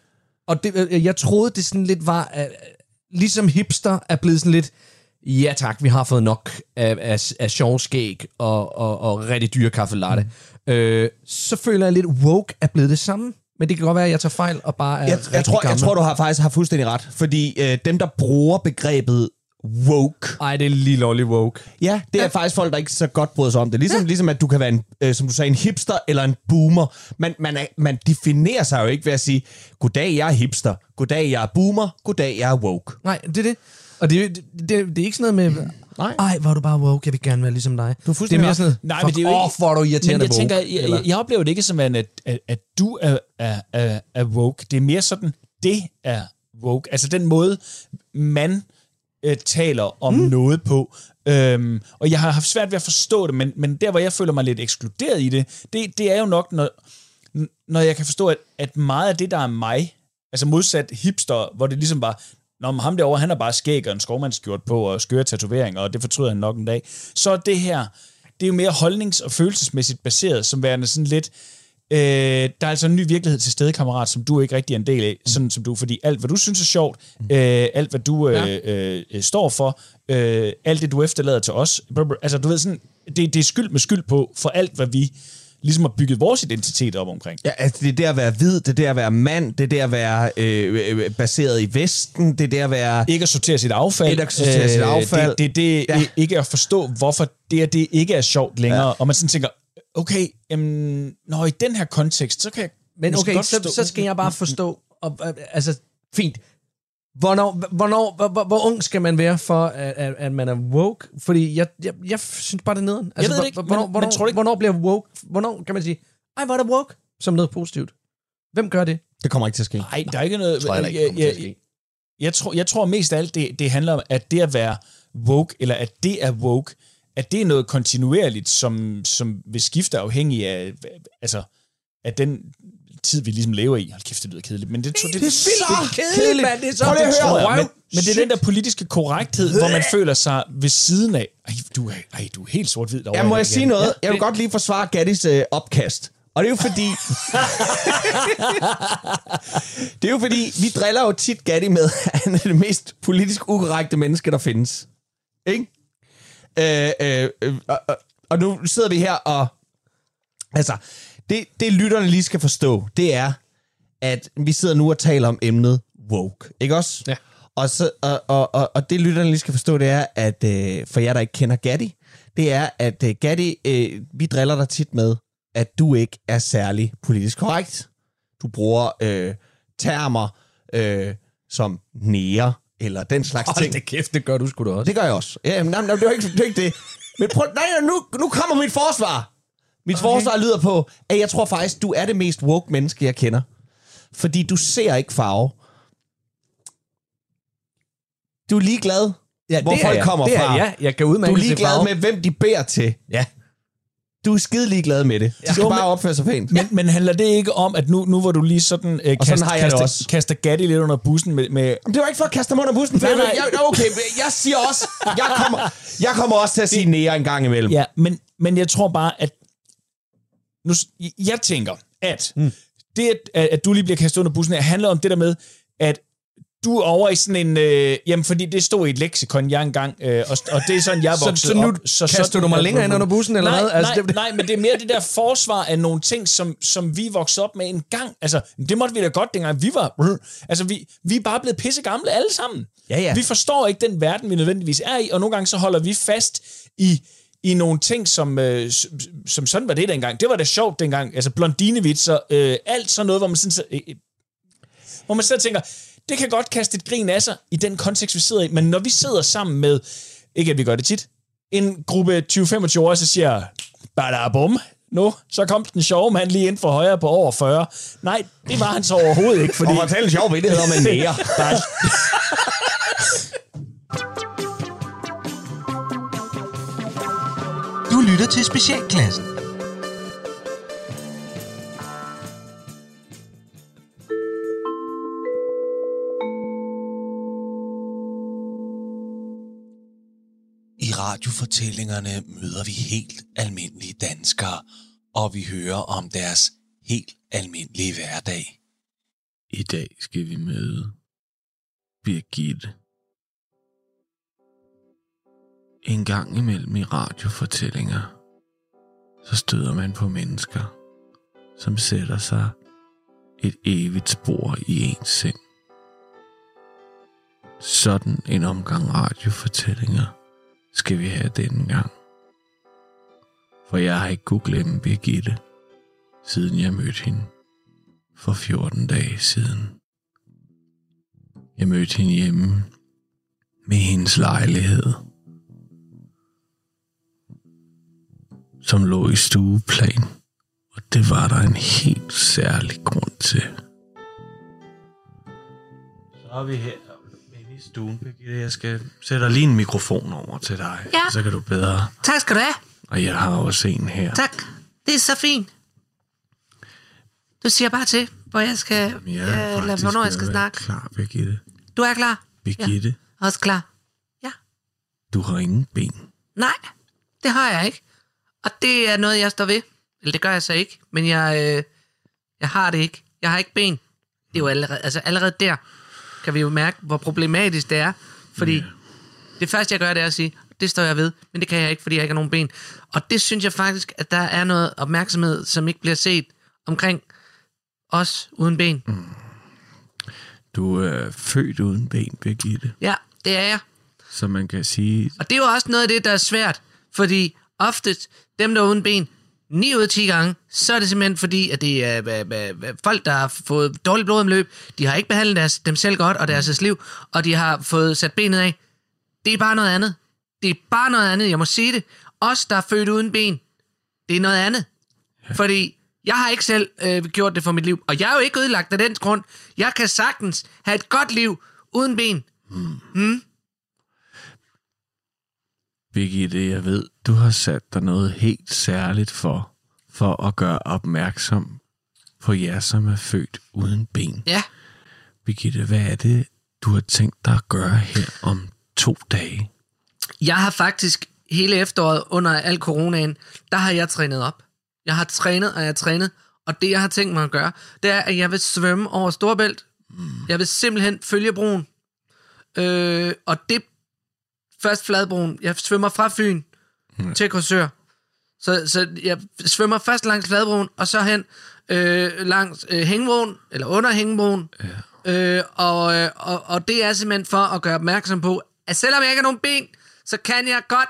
og det, jeg troede det sådan lidt var, uh, ligesom hipster er blevet sådan lidt, ja tak, vi har fået nok af, af, af sjovskæg og, og, og rigtig dyre kaffe latte. Mm. Øh, så føler jeg lidt, woke er blevet det samme. Men det kan godt være, at jeg tager fejl og bare er jeg, rigtig jeg tror, gammel. Jeg tror, du har faktisk har fuldstændig ret. Fordi øh, dem, der bruger begrebet woke. Ej, det er lige lovlig woke. Ja, det er ja. faktisk folk, der ikke så godt bryder sig om det. Ligesom, ja. ligesom at du kan være, en, øh, som du sagde, en hipster eller en boomer. Man, man, er, man definerer sig jo ikke ved at sige, goddag, jeg er hipster. Goddag, jeg er boomer. Goddag, jeg er woke. Nej, det er det. Og det, det, det, det er ikke sådan noget med, nej, ej, hvor er du bare woke, jeg vil gerne være ligesom dig. Du er det er mere sådan nej, men det er jo ikke, hvor er du irriterende men jeg woke. Tænker, jeg, jeg, jeg oplever det ikke som, at, at, at du er, er, er, er woke. Det er mere sådan, det er woke. Altså den måde, man øh, taler om mm. noget på. Øhm, og jeg har haft svært ved at forstå det, men, men der, hvor jeg føler mig lidt ekskluderet i det, det, det er jo nok, når, når jeg kan forstå, at, at meget af det, der er mig, altså modsat hipster, hvor det ligesom bare, når ham derovre, han har bare skæg og en skovmandsskjort på og skøre tatoveringer, og det fortryder han nok en dag. Så er det her, det er jo mere holdnings- og følelsesmæssigt baseret, som værende sådan lidt, øh, der er altså en ny virkelighed til stede, kammerat, som du ikke rigtig er en del af, sådan som du, fordi alt, hvad du synes er sjovt, øh, alt, hvad du øh, ja. øh, står for, øh, alt det, du efterlader til os, altså du ved sådan, det, det er skyld med skyld på, for alt, hvad vi ligesom har bygget vores identitet op omkring. Ja, altså det er der at være hvid, det er der at være mand, det er der at være øh, baseret i Vesten, det er der at være... Ikke at sortere sit affald. Ikke at sortere øh, sit affald. Det, det, det ja. Ikke at forstå, hvorfor det er det ikke er sjovt længere. Ja. Og man sådan tænker, okay, jamen, når i den her kontekst, så kan jeg... Men okay, så, så skal jeg bare forstå, og, altså, fint. Hvornår, hvornår, hvor, hvor, hvor ung skal man være for, at, at, at man er woke? Fordi jeg, jeg, jeg synes bare, det er nederen. Altså, jeg ved det ikke, hvornår, men, hvornår, men tror ikke... hvornår bliver woke? Hvornår kan man sige, ej, hvor er det woke? Som noget positivt. Hvem gør det? Det kommer ikke til at ske. Nej, der er ikke noget... Tror jeg, ikke jeg, jeg, jeg, jeg, tror, jeg tror mest af alt, det, det handler om, at det at være woke, eller at det er woke, at det er noget kontinuerligt, som, som vil skifte afhængig af, altså, af den tid, vi ligesom lever i. Hold kæft, det lyder kedeligt, men det, det, det, det er så kedeligt, mand. Det er så Prøv det tror jeg, men, men, men det er den der politiske korrekthed, hvor man føler sig ved siden af. Ej, du er, ej, du er helt sort-hvid derovre. Ja, må jeg sige noget? Jeg vil godt lige forsvare Gaddis øh, opkast. Og det er jo fordi... det er jo fordi, vi driller jo tit Gaddi med, at han er det mest politisk ukorrekte menneske, der findes. Ikke? Øh, øh, øh, og, og nu sidder vi her og... Altså, det, det lytterne lige skal forstå, det er, at vi sidder nu og taler om emnet woke. Ikke også? Ja. Og, så, og, og, og, og det lytterne lige skal forstå, det er, at øh, for jer, der ikke kender Gaddi, det er, at øh, Gaddi, øh, vi driller dig tit med, at du ikke er særlig politisk korrekt. Du bruger øh, termer øh, som nære, eller den slags Hold ting. da kæft, det gør du sgu da også. Det gør jeg også. Ja, nej, nej, det var ikke det. Var ikke det. Men prøv, nej, nu, nu kommer mit forsvar. Mit okay. forsvar lyder på, at jeg tror faktisk, du er det mest woke menneske, jeg kender. Fordi du ser ikke farve. Du er ligeglad, ja, hvor folk jeg. kommer det fra. Er, ja, jeg kan udmærke du er ligeglad med, hvem de beder til. Ja. Du er skide ligeglad med det. De skal jo, bare opføre sig pænt. Men, men handler det ikke om, at nu, nu hvor du lige sådan, øh, kast, sådan har jeg det kaster, også. kaster Gatti lidt under bussen med... med det var ikke for at kaste ham under bussen. For nej, nej. Jeg, okay, jeg siger også... Jeg kommer, jeg kommer også til at sige nære en gang imellem. Ja, men, men jeg tror bare, at... Nu, jeg tænker, at mm. det, at, at du lige bliver kastet under bussen, handler om det der med, at du er over i sådan en... Øh, jamen, fordi det stod i et leksikon, jeg engang, øh, og, og det er sådan, jeg er vokset så, så nu op. Så kaster sådan, du mig længere ind under bussen, eller nej, hvad? Altså, nej, det, nej, men det er mere det der forsvar af nogle ting, som, som vi voksede op med en gang. Altså, det måtte vi da godt, dengang vi var... Altså, vi, vi er bare blevet pisse gamle alle sammen. Ja, ja. Vi forstår ikke den verden, vi nødvendigvis er i, og nogle gange så holder vi fast i... i nogle ting, som, øh, som sådan var det dengang. Det var da sjovt dengang. Altså blondinevitser, øh, alt sådan noget, hvor man sådan, øh, hvor man sådan tænker, det kan godt kaste et grin af sig i den kontekst, vi sidder i, men når vi sidder sammen med, ikke at vi gør det tit, en gruppe tyve til femogtyve år, så siger badabum, nu, så kom den sjove mand lige ind for højre på over fyrre. Nej, det var han så overhovedet ikke, fordi... Og fortælle en sjov vittighed om en nære. Du lytter til Specialklassen. I radiofortællingerne møder vi helt almindelige danskere, og vi hører om deres helt almindelige hverdag. I dag skal vi møde Birgitte. En gang imellem i radiofortællinger, så støder man på mennesker, som sætter sig et evigt spor i ens sind. Sådan en omgang radiofortællinger skal vi have denne gang. For jeg har ikke kunnet glemme Birgitte, siden jeg mødte hende for fjorten dage siden. Jeg mødte hende hjemme med hendes lejlighed, som lå i stueplan, og det var der en helt særlig grund til. Så er vi her inde i stuen, Birgitte. Jeg skal sætte lige en mikrofon over til dig, ja. Så kan du bedre. Tak skal du have. Og jeg har også en her. Tak, det er så fint. Du siger bare til, hvor jeg skal, Jamen, jeg er øh, lade, hvornår jeg skal snakke. Klar, Birgitte. Du er klar? Birgitte. Ja, også klar. Ja. Du har ingen ben. Nej, det har jeg ikke. Og det er noget, jeg står ved. Eller det gør jeg så ikke, men jeg, øh, jeg har det ikke. Jeg har ikke ben. Det er jo allerede, altså allerede der, kan vi jo mærke, hvor problematisk det er. Fordi yeah. det første, jeg gør, det er at sige, det står jeg ved, men det kan jeg ikke, fordi jeg ikke har nogen ben. Og det synes jeg faktisk, at der er noget opmærksomhed, som ikke bliver set omkring os uden ben. Mm. Du er født uden ben, Birgitte. Ja, det er jeg. Så man kan sige... Og det er jo også noget af det, der er svært, fordi oftest, dem der er uden ben, ni ud af ti gange, så er det simpelthen fordi, at det er folk, der har fået dårligt blodomløb, de har ikke behandlet deres, dem selv godt og deres liv, og de har fået sat benet af. Det er bare noget andet. Det er bare noget andet, jeg må sige det. Os, der er født uden ben, det er noget andet. Ja. Fordi jeg har ikke selv øh, gjort det for mit liv, og jeg er jo ikke ødelagt af den grund. Jeg kan sagtens have et godt liv uden ben. Hmm. Hmm? Birgitte, jeg ved, du har sat dig noget helt særligt for, for at gøre opmærksom på jer, som er født uden ben. Ja. Birgitte, hvad er det, du har tænkt dig at gøre her om to dage? Jeg har faktisk hele efteråret under al coronaen, der har jeg trænet op. Jeg har trænet, og jeg har trænet, og det, jeg har tænkt mig at gøre, det er, at jeg vil svømme over Storebælt. Mm. Jeg vil simpelthen følge broen. Øh, og det først Fladbroen. Jeg svømmer fra Fyn mm. til Korsør. Så, så jeg svømmer først langs Fladbroen, og så hen øh, langs øh, Hængebroen, eller under Hængebroen. Ja. Øh, og, øh, og, og det er simpelthen for at gøre opmærksom på, at selvom jeg ikke har nogen ben, så kan jeg godt.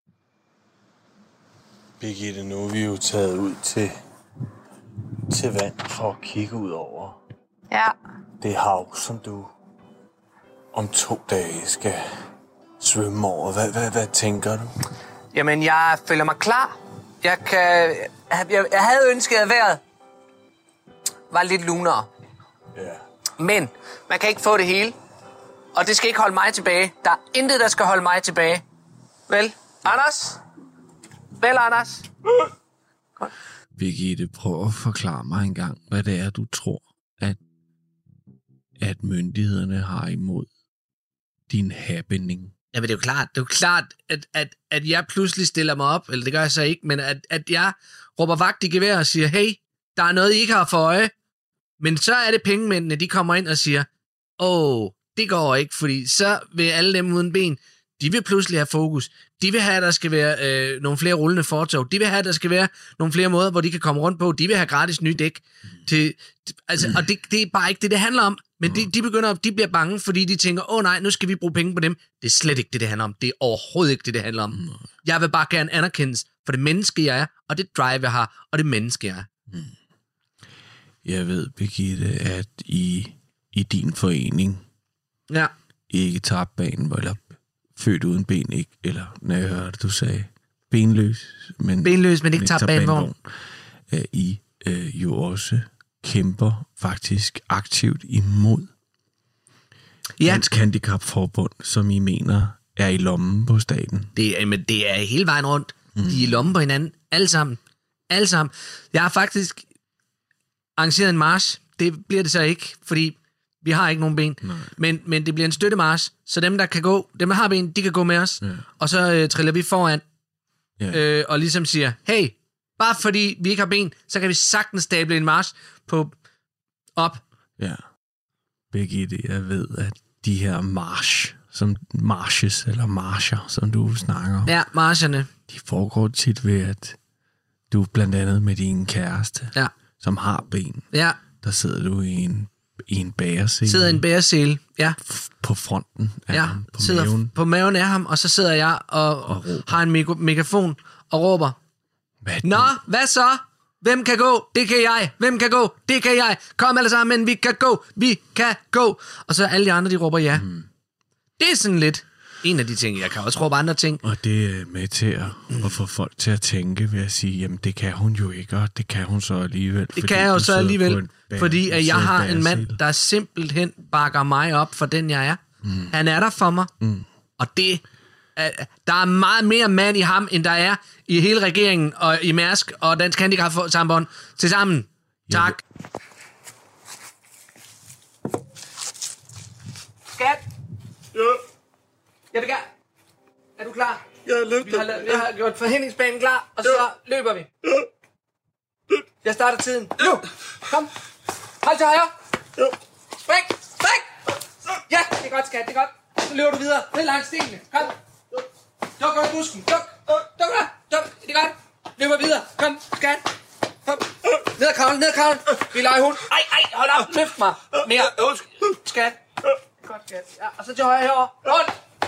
Birgitte, nu er vi jo taget ud til, til vand for at kigge ud over. Ja. Det hav, som du om to dage skal svømme over. Hvad, hvad, hvad tænker du? Jamen, jeg føler mig klar. Jeg kan... Jeg, jeg havde ønsket, at vejret var lidt lunere. Ja. Men man kan ikke få det hele. Og det skal ikke holde mig tilbage. Der er intet, der skal holde mig tilbage. Vel, Anders? Vel, Anders? Birgitte, prøv at forklare mig engang, hvad det er, du tror, at, at myndighederne har imod din happening. Ja, men det er jo klart, det er jo klart at, at, at jeg pludselig stiller mig op, eller det gør jeg så ikke, men at, at jeg råber vagt i gevær og siger, hey, der er noget, I ikke har for øje. Men så er det pengemændene, de kommer ind og siger, åh, det går ikke, fordi så vil alle dem uden ben, de vil pludselig have fokus. De vil have, at der skal være øh, nogle flere rullende fortog. De vil have, at der skal være nogle flere måder, hvor de kan komme rundt på. De vil have gratis nye dæk. Til, altså, og det, det er bare ikke det, det handler om. Men de, de begynder, de bliver bange, fordi de tænker, åh nej, nu skal vi bruge penge på dem. Det er slet ikke det, det handler om. Det er overhovedet ikke det, det handler om. Jeg vil bare gerne anerkendes for det menneske, jeg er, og det drive, jeg har, og det menneske, jeg er. Jeg ved, Birgitte, at i, i din forening ja. ikke tabte banen, eller født uden ben, ikke, eller når jeg hørte, du sagde benløs, men, benløs, men ikke tabte banevogn. At I øh, jo også kæmper faktisk aktivt imod ja. Dansk Handicapforbund, som I mener er i lommen på staten. Det er, men det er hele vejen rundt. Mm. De er i lommen på hinanden. Alle sammen. Alle sammen. Jeg har faktisk arrangeret en march. Det bliver det så ikke, fordi vi har ikke nogen ben. Men, men det bliver en støttemarch, så dem, der kan gå, dem, der har ben, de kan gå med os. Ja. Og så øh, triller vi foran ja. øh, og ligesom siger, hey, bare fordi vi ikke har ben, så kan vi sagtens stable en march på op. Ja. Birgitte, jeg ved, at de her march, som marches, eller marcher, som du snakker om. Ja, marcherne. De foregår tit ved, at du blandt andet med din kæreste, ja. som har ben, ja. der sidder du i en, i en bæresele. Sidder i en bæresele, ja. På fronten af ja. ham, på sidder maven. på maven af ham, og så sidder jeg og, og har en mik- megafon og råber, hvad nå, hvad så? Hvem kan gå? Det kan jeg. Hvem kan gå? Det kan jeg. Kom alle sammen, men vi kan gå. Vi kan gå. Og så alle de andre, de råber ja. Mm. Det er sådan lidt en af de ting. Jeg kan også råbe andre ting. Og det er med til at, mm. at få folk til at tænke ved at sige, jamen det kan hun jo ikke, og det kan hun så alligevel. Det kan jeg jo så alligevel, bag, fordi at jeg har en mand, der simpelthen bakker mig op for den, jeg er. Mm. Han er der for mig. Mm. Og det der er meget mere mand i ham, end der er i hele regeringen, og i Mærsk og Dansk Handicapforbund til sammen. Tak. Skat? Ja? Jeg vil gerne. Er du klar? Jeg er løbet. Vi har, vi har gjort forhindringsbanen klar, og så ja. løber vi. Ja. Jeg starter tiden. Nu! Kom! Hold til højre! Ja. Spring! Spring! Ja, det er godt, skat, det er godt. Så løber du videre. Ned langs stenene. Kom! Duk over busken. Duk! Duk der! Duk! Det er godt. Løber videre. Kom, skat! Kom! Ned ad kravlen, ned ad kravlen! Vi leger hund. Ej, ej, hold op! Løft mig! Mere! Skat! Godt, skat. Ja, og så til højre herovre. Hold!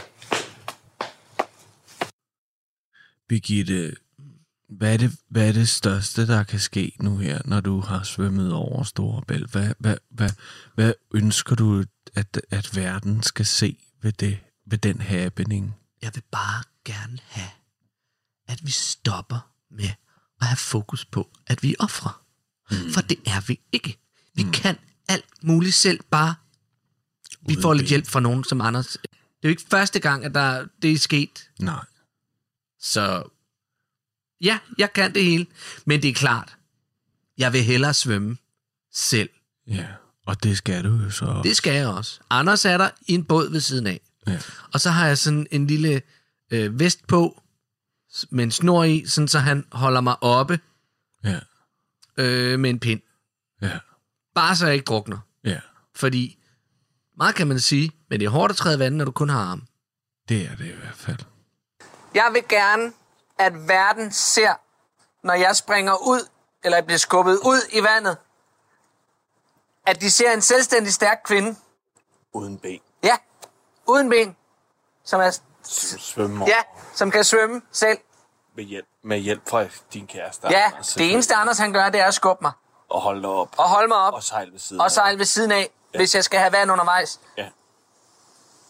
Birgitte, hvad er, det, hvad er det største, der kan ske nu her, når du har svømmet over Storebælt? Hvad, hvad, hvad, hvad ønsker du, at, at verden skal se ved, det, ved den happening? Jeg vil bare gerne have, at vi stopper med at have fokus på, at vi er ofre. Mm. For det er vi ikke. Vi mm. kan alt muligt selv, bare vi Uden får lidt ben. hjælp fra nogen som Anders. Det er jo ikke første gang, at der, det er sket. Nej. Så ja, jeg kan det hele. Men det er klart, jeg vil hellere svømme selv. Ja, og det skal du jo så også. Det skal jeg også. Anders er der i en båd ved siden af. Ja. Og så har jeg sådan en lille øh, vest på, med en snor i, sådan så han holder mig oppe ja. øh, med en pind. Ja. Bare så jeg ikke drukner. Ja. Fordi, meget kan man sige, men det er hårdt at træde vandet, når du kun har arm. Det er det i hvert fald. Jeg vil gerne, at verden ser, når jeg springer ud, eller bliver skubbet ud i vandet, at de ser en selvstændig stærk kvinde. Uden ben. Ja, uden ben. Som er... Svømme. Ja, som kan svømme selv. Med hjælp, med hjælp fra din kæreste. Ja, det eneste Anders han gør, det er at skubbe mig. Og holde dig op. Og holde mig op. Og sejle ved siden og sejle ved siden af, ja. Hvis jeg skal have vand undervejs. Ja.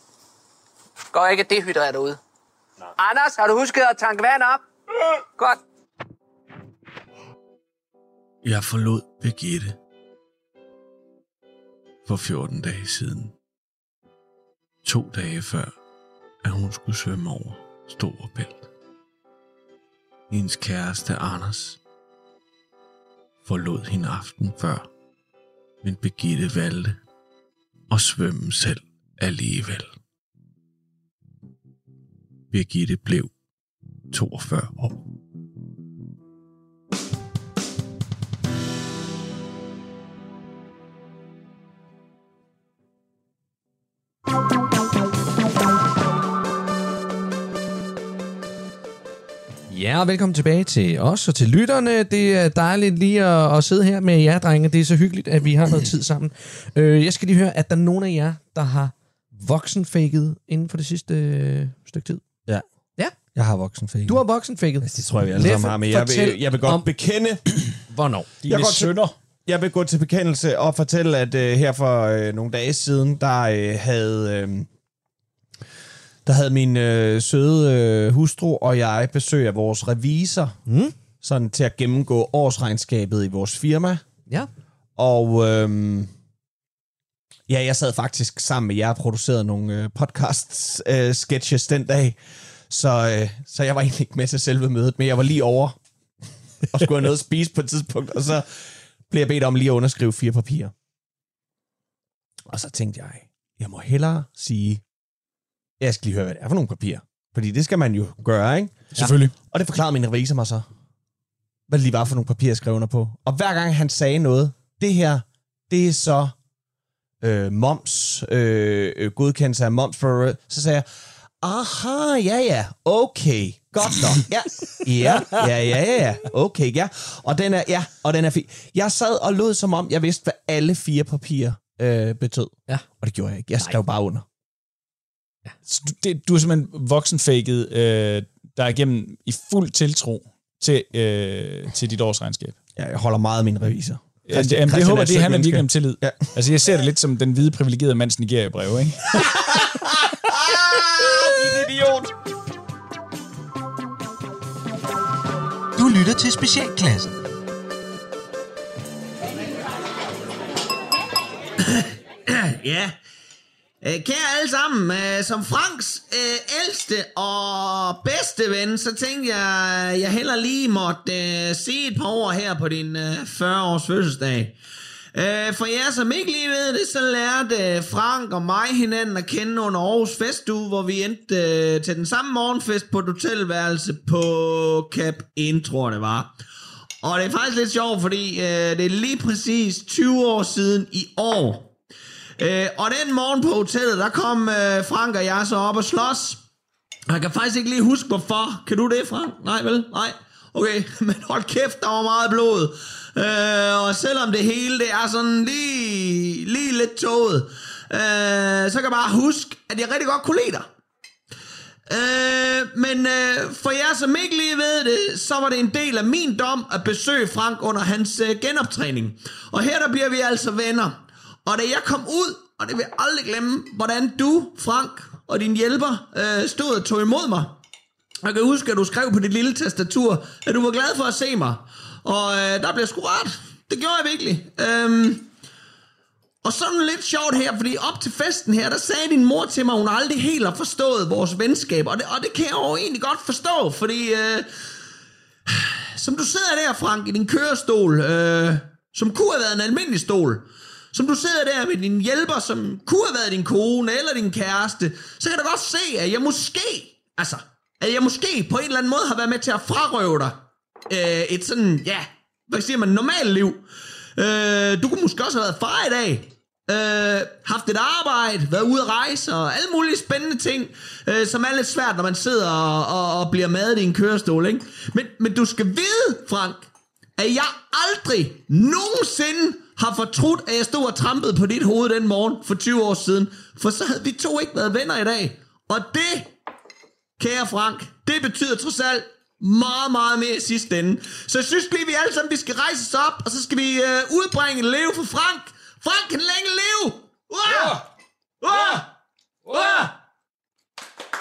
Går ikke dehydrere derude. Nej. Anders, har du husket at tanke vand op? Godt. Jeg forlod Birgitte for fjorten dage siden. To dage før, at hun skulle svømme over Storebælt. Hendes kæreste Anders forlod hende aften før, men Birgitte valgte at svømme selv alligevel. Birgitte blev toogfyrre år. Ja, og velkommen tilbage til os og til lytterne. Det er dejligt lige at, at sidde her med jer, drenge. Det er så hyggeligt, at vi har noget tid sammen. Øh, jeg skal lige høre, at der er nogen af jer, der har voksenfaket inden for det sidste øh, stykke tid. Ja. Ja? Jeg har voksenfaket. Du har voksenfaket? Altså, det tror jeg, vi alle sammen har, men jeg vil, jeg vil godt om, bekende... Hvornår? Dine jeg sønner. Jeg vil gå til bekendelse og fortælle, at øh, her for øh, nogle dage siden, der øh, havde... Øh, Der havde min øh, søde øh, hustru og jeg besøg af vores revisor, mm. sådan til at gennemgå årsregnskabet i vores firma. Ja. Og øhm, ja, jeg sad faktisk sammen med jer og producerede nogle øh, podcast-sketches øh, den dag, så, øh, så jeg var egentlig ikke med til selve mødet, men jeg var lige over og skulle have noget at spise på et tidspunkt, og så blev jeg bedt om lige at underskrive fire papirer. Og så tænkte jeg, jeg må hellere sige... Jeg skal lige høre, hvad det er for nogle papirer. Fordi det skal man jo gøre, ikke? Selvfølgelig. Ja. Og det forklarede min revisor mig så. Hvad det lige var for nogle papirer, jeg skrev under på. Og hver gang han sagde noget, det her, det er så øh, moms, øh, godkendelse af moms, for, så sagde jeg, aha, ja, ja, okay, godt nok, ja, ja, ja, ja, ja, okay, ja. Og den er, ja, og den er fin. Jeg sad og lød som om, jeg vidste, hvad alle fire papirer øh, betød. Ja. Og det gjorde jeg ikke. Jeg skrev bare under. Ja. Så du, det, du er simpelthen voksenfaket, øh, der er igennem i fuld tiltro til, øh, til dit årsregnskab. Ja, jeg holder meget af min revisor. Ja, det, jamen, det håber det handler virkelig om tillid. Ja. Altså, jeg ser det lidt som den hvide privilegerede mands Nigeria-brev, ikke? Din idiot! Du lytter til Specialklassen. Ja. Kære alle sammen, som Franks øh, ældste og bedste ven, så tænkte jeg, jeg heller lige måtte øh, sige et par ord her på din øh, fyrre-års fødselsdag. Øh, for jer, som ikke lige ved det, så lærte Frank og mig hinanden at kende under Aarhus Festuge, hvor vi endte øh, til den samme morgenfest på et hotelværelse på Cap Inn, tror det var. Og det er faktisk lidt sjovt, fordi øh, det er lige præcis tyve år siden i år. Øh, og den morgen på hotellet, der kom øh, Frank og jeg så op og slås. Og jeg kan faktisk ikke lige huske, hvorfor. Kan du det, Frank? Nej, vel? Nej. Okay, men hold kæft, der var meget blod. Øh, og selvom det hele, det er sådan lige, lige lidt tåget, øh, så kan jeg bare huske, at jeg rigtig godt kunne lide dig. Øh, men øh, for jer, som ikke lige ved det, så var det en del af min dom at besøge Frank under hans øh, genoptræning. Og her der bliver vi altså venner. Og da jeg kom ud, og det vil jeg aldrig glemme, hvordan du, Frank, og din hjælper øh, stod og tog imod mig. Jeg kan huske, at du skrev på dit lille tastatur, at du var glad for at se mig. Og øh, der blev sgu ret. Det gjorde jeg virkelig. Øhm, og sådan lidt sjovt her, fordi op til festen her, der sagde din mor til mig, at hun aldrig helt har forstået vores venskab. Og det, og det kan jeg jo egentlig godt forstå, fordi øh, som du sidder der, Frank, i din kørestol, øh, som kunne have været en almindelig stol, som du sidder der med din hjælper, som kunne have været din kone eller din kæreste, så kan du godt se, at jeg måske, altså, at jeg måske på en eller anden måde har været med til at frarøve dig øh, et sådan, ja, hvad siger man, normalt liv. Øh, du kunne måske også have været far i dag, øh, haft et arbejde, været ude at rejse og alle mulige spændende ting, øh, som er lidt svært, når man sidder og, og, og bliver madet i en kørestol, ikke? Men, men du skal vide, Frank, at jeg aldrig nogensinde har fortrudt, at jeg stod og trampede på dit hoved den morgen for tyve år siden, for så havde vi to ikke været venner i dag. Og det, kære Frank, det betyder trods alt meget, meget mere i sidste ende. Så jeg synes lige, vi alle sammen vi skal rejse os op, og så skal vi øh, udbringe et leve for Frank. Frank kan længe leve! Uah! Uah! Uah!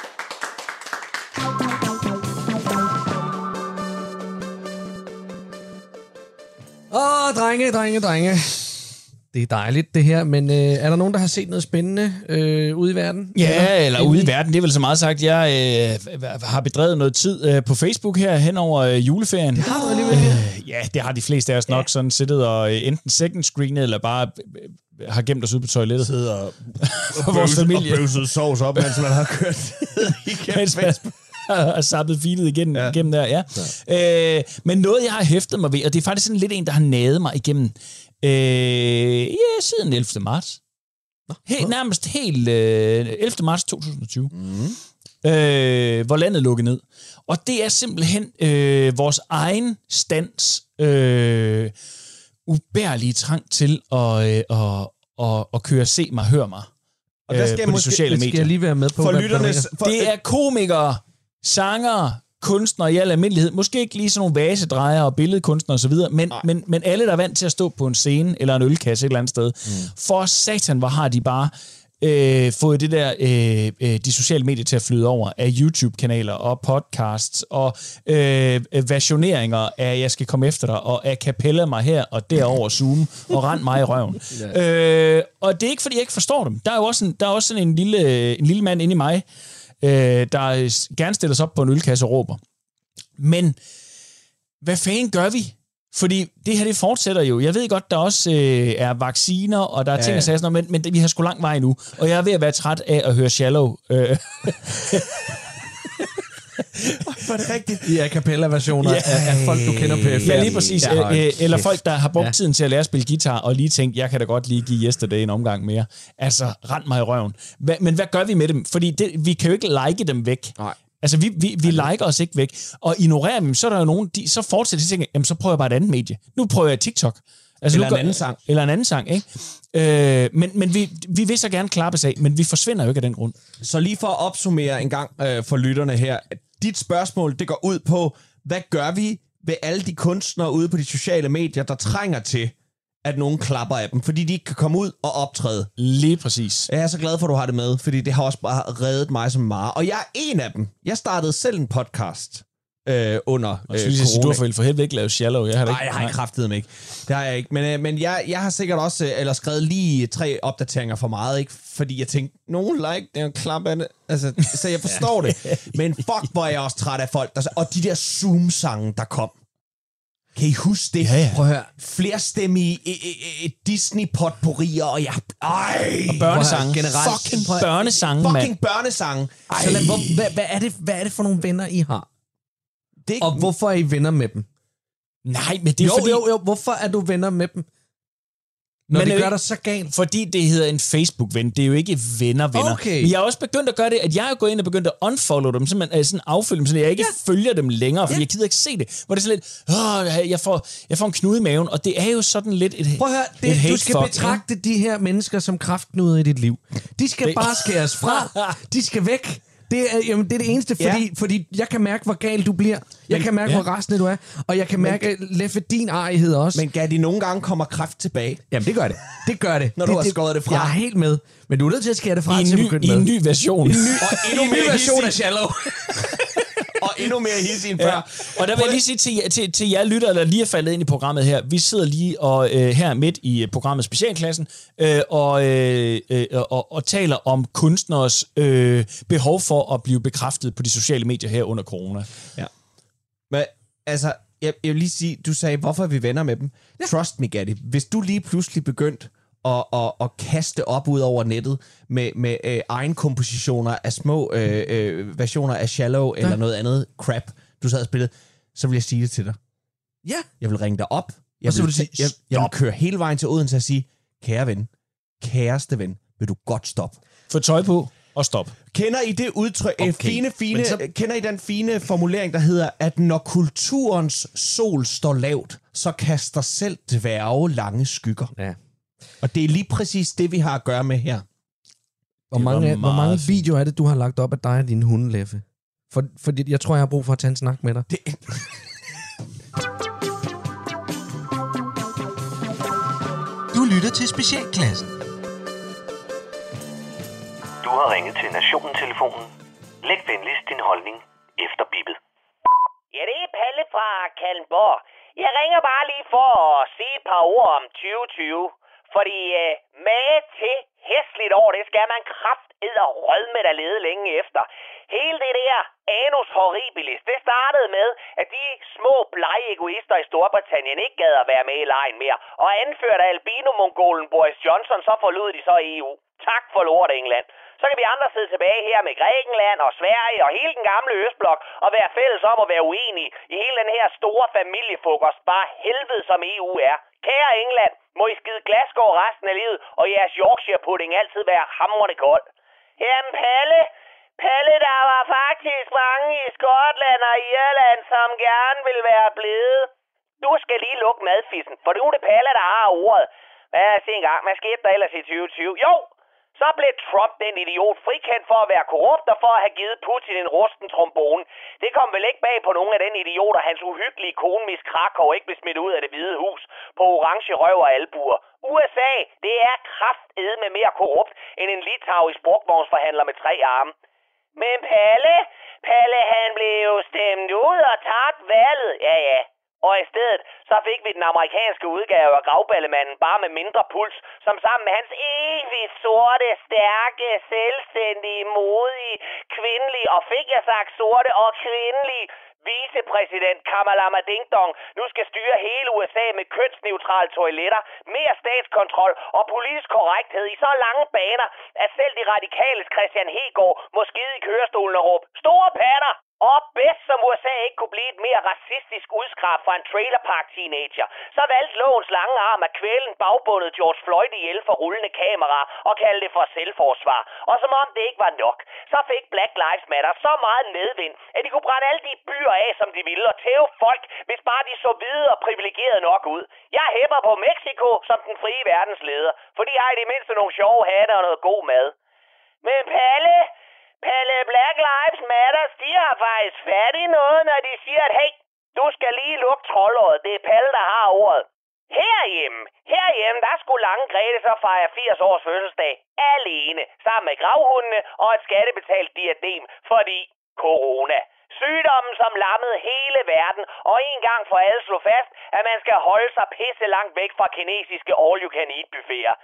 drenge, drenge, drenge. Det er dejligt, det her, men øh, er der nogen, der har set noget spændende øh, ude i verden? Ja, eller, eller ude i verden, det er vel så meget sagt. Jeg øh, har bedrevet noget tid øh, på Facebook her hen over øh, juleferien. Det har du alligevel, ja. Øh, ja, det har de fleste af os nok ja. sådan siddet og øh, enten second screenet, eller bare øh, har gemt os ude på toilettet. Sidder og, og vores familie. Og bøvset sovs op, mens man har kørt igennem Facebook. Og sappet feedet igennem, ja. igennem der, ja. ja. Øh, men noget, jeg har hæftet mig ved, og det er faktisk sådan lidt en, der har naget mig igennem, øh, ja, siden ellevte marts. Helt, nærmest helt øh, ellevte marts to tusind og tyve. Mm. Øh, hvor landet lukkede ned. Og det er simpelthen øh, vores egen stands øh, ubærlige trang til at, øh, at, at, at køre Se mig, hør mig. Og der skal øh, på måske, de sociale medier. Skal jeg lige være med på, for lytternes, for, det er komikere, sangere, kunstnere i al almindelighed. Måske ikke lige sådan nogle vasedrejere og billedkunstnere osv., men, men, men alle, der er vant til at stå på en scene eller en ølkasse et eller andet sted. Mm. For satan, hvor har de bare øh, fået det der, øh, øh, de sociale medier til at flyde over af YouTube-kanaler og podcasts og øh, versioneringer af Jeg skal komme efter dig og af Capella mig her og derover Zoom og rend mig i røven. Yeah. Øh, og det er ikke, fordi jeg ikke forstår dem. Der er jo også, en, der er også sådan en lille, en lille mand inde i mig, Øh, der gerne stiller sig op på en ølkasse og råber. Men hvad fanden gør vi? Fordi det her, det fortsætter jo. Jeg ved godt, der også øh, er vacciner, og der er ja, ting, der siger sådan noget, men, men vi har sgu lang vej nu. Og jeg er ved at være træt af at høre Shallow. Øh. Var det rigtigt? I a cappella-versioner ja. af, af folk, du kender på F M. Ja, lige præcis. Ja, øh, eller folk, der har brugt ja. tiden til at lære at spille guitar, og lige tænkt, jeg kan da godt lige give Yesterday en omgang mere. Altså, rend mig i røven. Hva, men hvad gør vi med dem? Fordi det, vi kan jo ikke like dem væk. Nej. Altså, vi, vi, vi liker os ikke væk. Og ignorerer dem, så er der jo nogen, de, så fortsætter de tænker, jamen, så prøver jeg bare et andet medie. Nu prøver jeg TikTok. Altså, eller nu en anden sang. Eller en anden sang, ikke? Øh, men men vi, vi vil så gerne klappes af, men vi forsvinder jo ikke af den grund. Så lige for at opsummere en gang øh, for lytterne her. Dit spørgsmål, det går ud på, hvad gør vi ved alle de kunstnere ude på de sociale medier, der trænger til, at nogen klapper af dem, fordi de ikke kan komme ud og optræde. Lige præcis. Jeg er så glad for, at du har det med, fordi det har også bare reddet mig som meget. Og jeg er en af dem. Jeg startede selv en podcast øh, under øh, corona. Sige, du har for, for helvede ikke lavet Shallow. Jeg har Nej, jeg har ikke kraftedet mig ikke. Det har jeg ikke. Men, øh, men jeg, jeg har sikkert også, øh, eller skrevet lige tre opdateringer for meget, ikke? Fordi jeg tænkte, nogen like, det er en klap af det. Altså, så jeg forstår det. Men fuck, hvor er jeg også træt af folk. Der, og de der Zoom-sange, der kom. Kan I huske det? Ja, ja. Prøv at høre. Flerstemmige Disney-potpourrier, og jeg... Ej! Og børnesange. Generelt. Fucking børnesange, mand. Fucking børnesange. Så lad, hvor, hvad, hvad, er det, hvad er det for nogle venner, I har? Det, og hvorfor er I venner med dem? Nej, men det er jo, fordi... Jo, jo, hvorfor er du venner med dem? Når men de gør dig så galt. Fordi det hedder en Facebook-ven. Det er jo ikke venner-venner. Okay. Men jeg har også begyndt at gøre det, at jeg er gået ind og begyndt at unfollow dem, simpelthen sådan affølge dem, så jeg ikke ja. følger dem længere, for ja. jeg gider ikke se det. Hvor det er sådan lidt, åh, jeg får, jeg får en knude i maven, og det er jo sådan lidt et Prøv at høre, det, du skal fuck, betragte ja? de her mennesker som kræftknuder i dit liv. De skal det. bare skæres fra. De skal væk. Det er, jamen, det er det eneste, fordi, ja. fordi jeg kan mærke, hvor gal du bliver. Jeg men, kan mærke, ja. hvor rasende du er. Og jeg kan mærke, men, Leffe, din arighed også. Men kan de nogle gange kommer kræft tilbage? Jamen, det gør det. Det gør det. Når det, du har skåret det fra. Jeg er helt med. Men du er nødt til at skære det fra. I en ny, i en ny version. I en ny, og endnu mere version af Shallow. Og endnu mere hissig end før. Ja. Og der vil jeg lige sige til, til, til jer lyttere, der lige er faldet ind i programmet her. Vi sidder lige og, øh, her midt i programmet Specialklassen øh, og, øh, øh, og, og taler om kunstners øh, behov for at blive bekræftet på de sociale medier her under corona. Ja. Men altså, jeg, jeg vil lige sige, du sagde, hvorfor er vi venner med dem? Ja. Trust me, Gatti. Hvis du lige pludselig begyndt at, at, at kaste op ud over nettet med, med øh, egen kompositioner af små øh, øh, versioner af Shallow ja. eller noget andet crap, du sad og spillede, så vil jeg sige det til dig. Ja. Jeg vil ringe dig op. Jeg, og så vil, vil du sige, jeg, jeg vil køre hele vejen til Odense og sige, kære ven, kæreste ven, vil du godt stoppe? Få tøj på og stop. Kender I det udtryk, okay. fine, fine, så... kender I den fine formulering, der hedder, at når kulturens sol står lavt, så kaster selv dværge lange skygger. Ja. Og det er lige præcis det, vi har at gøre med her. Hvor mange, hvor mange videoer er det, du har lagt op af dig og dine hunde, Leffe? For, for jeg tror, jeg har brug for at tage en snak med dig. Det... Du lytter til Specialklassen. Du har ringet til Nationen-telefonen. Læg venligst din holdning efter bippet. Ja, det er Palle fra Kalmborg. Jeg ringer bare lige for at sige et par ord om tyve tyve. Fordi øh, mage til hæsligt år, det skal man kraftedder og rødme der lede længe efter. Hele det der anus horribilis, det startede med, at de små blege egoister i Storbritannien ikke gad at være med i lejen mere. Og anført af albino-mongolen Boris Johnson, så forlod de så E U. Tak for lort, England. Så kan vi andre sidde tilbage her med Grækenland og Sverige og hele den gamle Østblok og være fælles om at være uenige i hele den her store familiefokus, bare helvede som E U er. Kære England, må I skide Glasgow resten af livet, og jeres Yorkshire pudding altid være hamrende kold. Jamen Palle, Palle, der var faktisk mange i Skotland og Irland, som gerne vil være blevet. Du skal lige lukke madfissen, for nu er det Palle, der har ordet. Hvad er det engang? Hvad skete der ellers i tyve tyve? Jo, så blev Trump, den idiot, frikendt for at være korrupt og for at have givet Putin en rusten trombone. Det kom vel ikke bag på nogen af den idioter, hans uhyggelige kone Miss Krakow ikke blev smidt ud af det hvide hus på orange røv og albuer. U S A, det er kraftedme mere korrupt end en litauisk brugtvognsforhandler med tre arme. Men Palle, Palle han blev jo stemt ud og tabt valget. Ja, ja. Og i stedet, så fik vi den amerikanske udgave af Gravballemanden bare med mindre puls, som sammen med hans evigt sorte, stærke, selvstændige, modige, kvindelige, og fik jeg sagt sorte og kvindelige, vicepræsident Kamala Ding Dong nu skal styre hele U S A med kønsneutrale toiletter, mere statskontrol og politisk korrekthed i så lange baner, at selv de radikales Christian Hegård må skide i kørestolen og råbe, store patter! Og bedst som U S A ikke kunne blive et mere racistisk udskrab fra en trailerpark-teenager, så valgte lovens lange arm at kvæle en bagbundet George Floyd ihjel for rullende kamera og kalde det for selvforsvar. Og som om det ikke var nok, så fik Black Lives Matter så meget medvind, at de kunne brænde alle de byer af, som de ville, og tæve folk, hvis bare de så hvide og privilegerede nok ud. Jeg hæpper på Mexico som den frie verdensleder, for de har i det mindste nogle sjove hatte og noget god mad. Men Palle... Palle, Black Lives Matter, de har faktisk fat i noget, når de siger, at hey, du skal lige lukke troldåret. Det er Palle, der har ordet. Herhjemme, herhjemme, der skulle Lange Grete så fejre firs års fødselsdag alene, sammen med gravhundene og et skattebetalt diadem, fordi corona. Sygdommen, som lammede hele verden, og en gang for alle slog fast, at man skal holde sig pisse langt væk fra kinesiske all-you-can-eat-buffeter.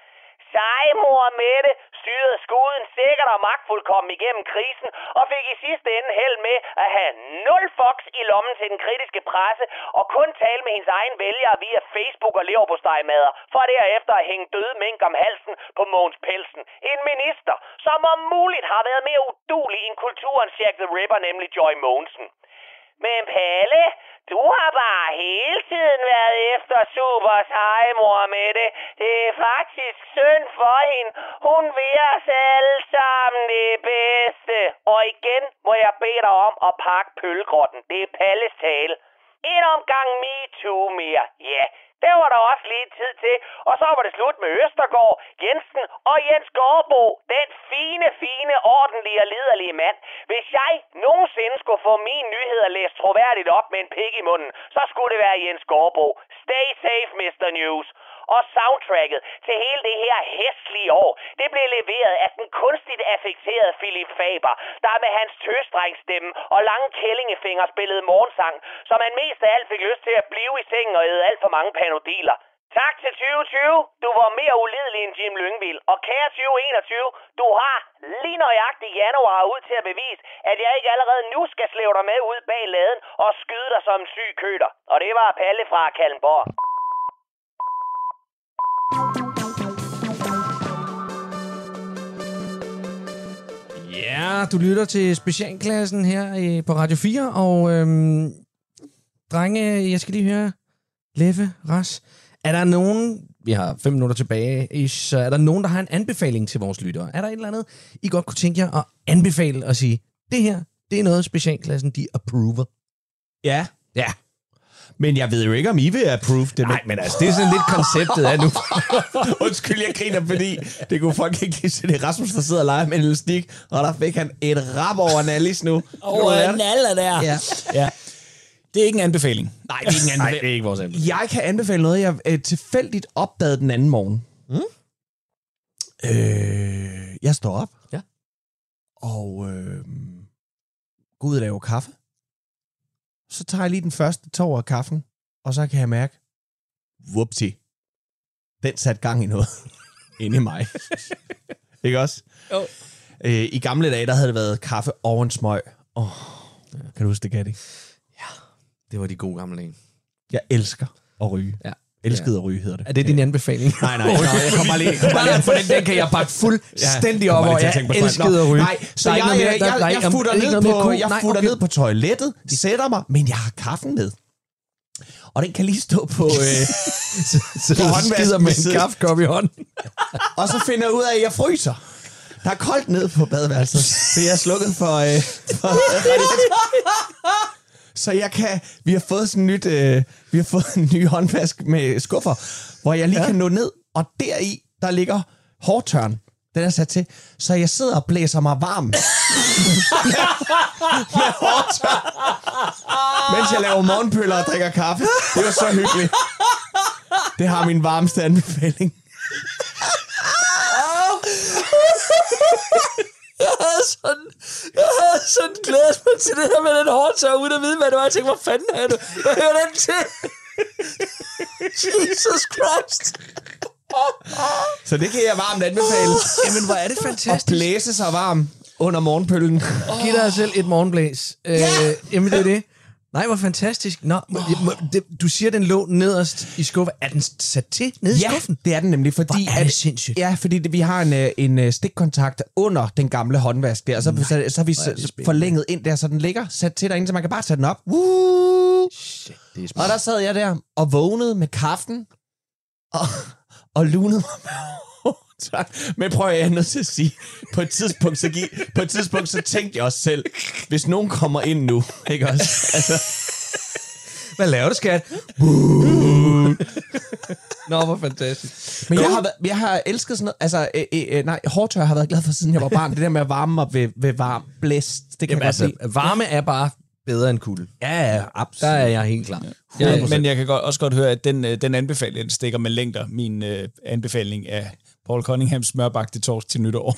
Sejmor Mette styrede skuden sikkert og magtfuldkommen igennem krisen og fik i sidste ende held med at have nul foks i lommen til den kritiske presse og kun tale med hendes egen vælgere via Facebook og leverpostejmadder, for derefter at hænge døde mink om halsen på Mogens Pelsen. En minister, som om muligt har været mere uduelig end kulturens Jack the Ripper, nemlig Joy Mogensen. Men Palle, du har bare hele tiden været efter Supers hejmor med det. Det er faktisk synd for hende. Hun vil os alle sammen det bedste. Og igen må jeg bede dig om at pakke pøllegrotten. Det er Palles tale. En omgang MeToo mere. Ja, yeah. Det var der også lige tid til. Og så var det slut med Østergaard, Jensen og Jens Gårdbo. Den fine, fine, ordentlige og liderlige mand. Hvis jeg nogensinde skulle få mine nyheder læst troværdigt op med en pik i munden, så skulle det være Jens Gårdbo. Stay safe, mister News. Og soundtracket til hele det her hæslige år, det blev leveret af den kunstigt affekterede Philip Faber, der med hans tøsdrengstemme og lange kællingefingre spillede morgensang, så man mest af alt fik lyst til at blive i sengen og æde alt for mange panodiler. Tak til tyve tyve. Du var mere ulidelig end Jim Lyngvild. Og kære tyve enogtyve, du har lige nøjagtigt januar ud til at bevise, at jeg ikke allerede nu skal slæve dig med ud bag laden og skyde dig som en syg køter. Og det var Palle fra Kallenborg. Ja, du lytter til specialklassen her på Radio fire, og øhm, drenge, jeg skal lige høre, Leffe, Ras, er der nogen, vi har fem minutter tilbage, så er der nogen, der har en anbefaling til vores lyttere? Er der et eller andet, I godt kunne tænke jer at anbefale og sige, det her, det er noget, specialklassen, de approver? Ja. Ja. Men jeg ved jo ikke, om I vil approve det. Nej, men altså, det er sådan lidt konceptet af nu. Undskyld, jeg griner, fordi det kunne folk ikke lige se det. Rasmus, der sidder og leger med en elastik, og der fik han et rap over Nallis nu. Over Naller der. Ja. Ja. Det er ikke en anbefaling. Nej, det er ikke en anbefaling. Nej, det er ikke vores anbefaling. Jeg kan anbefale noget, jeg øh, tilfældigt opdagede den anden morgen. Mm? Øh, jeg står op. Ja. Og øh, går ud og laver kaffe. Så tager jeg lige den første tår af kaffen, og så kan jeg mærke, whoopsie, den satte gang i noget inde i mig. Ikke også? Jo. Øh, I gamle dage, der havde det været kaffe og en smøg. Åh, oh, kan du huske det, Gatti? Ja, det var de gode gamle dage. Jeg elsker at ryge. Ja. Elskede at ryge, hedder det. Er det din anbefaling? Nej, nej, nej, jeg kommer bare lige... Kom bare lige. For den, den kan jeg bakke fuldstændig ja, op, og jeg elskede at ryge. Nej, så jeg, jeg, jeg, jeg, jeg futter ned på, jeg futter ned på toilettet, sætter mig, men jeg har kaffen med. Og den kan lige stå på, øh, så, så på du skider med en kaffekop i hånden. Og så finder jeg ud af, at jeg fryser. Der er koldt ned på badeværelset, så jeg er slukket for... Øh, for så jeg kan... Vi har fået sådan nyt... Øh, vi har fået en ny håndvask med skuffer, hvor jeg lige ja. kan nå ned, og deri, der ligger hårtørn. Den er sat til, så jeg sidder og blæser mig varm. med, med hårtørn. Mens jeg laver morgenpøller og drikker kaffe. Det var så hyggeligt. Det har min varmeste anbefaling. Jeg havde sådan, jeg havde sådan glædet mig til det her med den hårdtør, uden at vide, hvad det var. Jeg tænkte, hvor fanden er du? Hvad hører den til? Jesus Christ. Så det kan jeg varmt anbefale. Oh, jamen, hvor er det fantastisk. At blæse sig varm under morgenpøllen. Oh. Giv dig selv et morgenblæs. Øh, yeah. Jamen, det er det. Nej, hvor fantastisk. Nå, oh. det, du siger, den lå nederst i skuffen. Er den sat til nede i ja, skuffen? det er den nemlig, fordi... Hvor er det sindssygt. Ja, fordi det, vi har en, en stikkontakt under den gamle håndvask der, og så, Nej, så, så har vi så, forlænget ind der, så den ligger sat til derinde, så man kan bare tage den op. Woo! Shit, det er smart. Og der sad jeg der og vågnede med kaffen, og, og lunede mig med Men prøv jeg nødt til at sige, på et tidspunkt, så, gi- på et tidspunkt, så tænkte jeg også selv, hvis nogen kommer ind nu, ikke også? Altså, hvad laver du, skat? Nå, hvor fantastisk. Men jeg har, jeg har elsket sådan noget, altså, øh, øh, nej, hårdtør har jeg været glad for, siden jeg var barn. Det der med at varme mig ved, ved varm blæst, det kan Jamen, jeg altså, godt lide. Varme er bare bedre end kulde. Ja, ja, absolut. Der er jeg helt klar. Ja, men jeg kan godt, også godt høre, at den, den anbefaling, den stikker med længder. Min øh, anbefaling af Paul Cunninghams smørbagte torsk til nytår.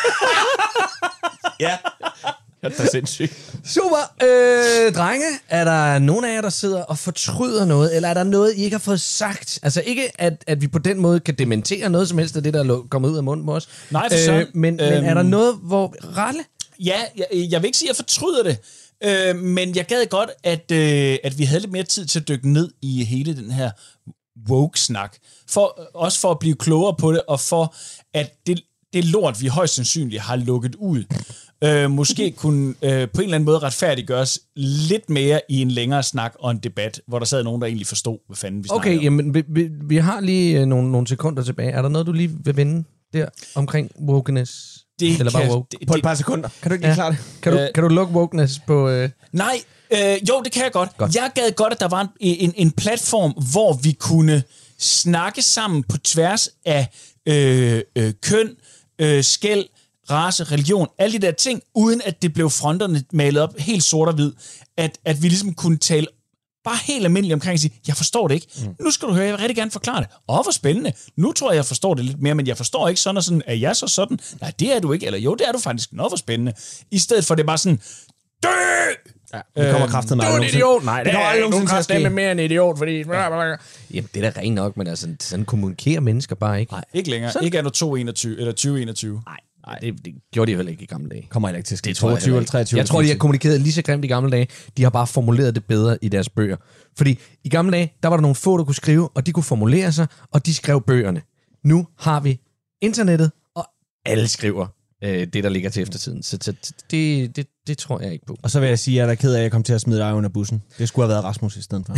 Ja. Det er sindssygt. Super. Øh, drenge, er der nogen af jer, der sidder og fortryder noget, eller er der noget, I ikke har fået sagt? Altså ikke, at, at vi på den måde kan dementere noget som helst af det, der er kommet ud af munden på os. Nej, for så. Øh, men, øhm, men er der noget, hvor... Ralle? Ja, jeg, jeg vil ikke sige, at jeg fortryder det, øh, men jeg gad godt, at, øh, at vi havde lidt mere tid til at dykke ned i hele den her woke-snak. For, også for at blive klogere på det, og for at det, det lort, vi højst sandsynligt har lukket ud, øh, måske kunne øh, på en eller anden måde retfærdiggøres lidt mere i en længere snak og en debat, hvor der sad nogen, der egentlig forstod, hvad fanden vi snakker okay, om. Jamen, vi, vi, vi har lige øh, nogle, nogle sekunder tilbage. Er der noget, du lige vil vende der omkring wokeness? Det Eller bare woke? Det, på et par sekunder. Kan du ikke lige ja. klare det? Kan du, øh, kan du lukke wokeness på... Øh... Nej, øh, jo, det kan jeg godt. godt. Jeg gad godt, at der var en, en, en platform, hvor vi kunne snakke sammen på tværs af øh, øh, køn, øh, skæld, race, religion, alle de der ting, uden at det blev fronterne malet op helt sort og hvid. At, at vi ligesom kunne tale bare helt almindeligt omkring og sige, jeg forstår det ikke. Mm. Nu skal du høre, jeg vil rigtig gerne forklare det. Åh, hvor spændende. Nu tror jeg, jeg forstår det lidt mere, men jeg forstår ikke sådan og sådan. Er jeg så sådan? Nej, det er du ikke. Eller jo, det er du faktisk. Nå, hvor spændende. I stedet for det er bare sådan, dø! Ja, det kommer kraftet med. Du er en idiot. Nej, det, det kommer aldrig nogensinde til at ske. med mere en idiot, fordi... Jamen, det er da rent nok, men altså, sådan kommunikerer mennesker bare ikke. Nej, ikke længere. Sådan. Ikke er du to enogtyve eller tyve enogtyve. Nej. Nej, det, det gjorde de heller ikke i gamle dage. Kommer heller ikke til at ske. Det toogtyve eller treogtyve. Jeg tror, de har kommunikeret lige så grimt i gamle dage. De har bare formuleret det bedre i deres bøger. Fordi i gamle dage, der var der nogle få, der kunne skrive, og de kunne formulere sig, og de skrev bøgerne. Nu har vi internettet, og alle skriver øh, det, der ligger til eftertiden. Så, så det, det, det tror jeg ikke på. Og så vil jeg sige, at jeg er ked af, at jeg kom til at smide dig under bussen. Det skulle have været Rasmus i stedet for.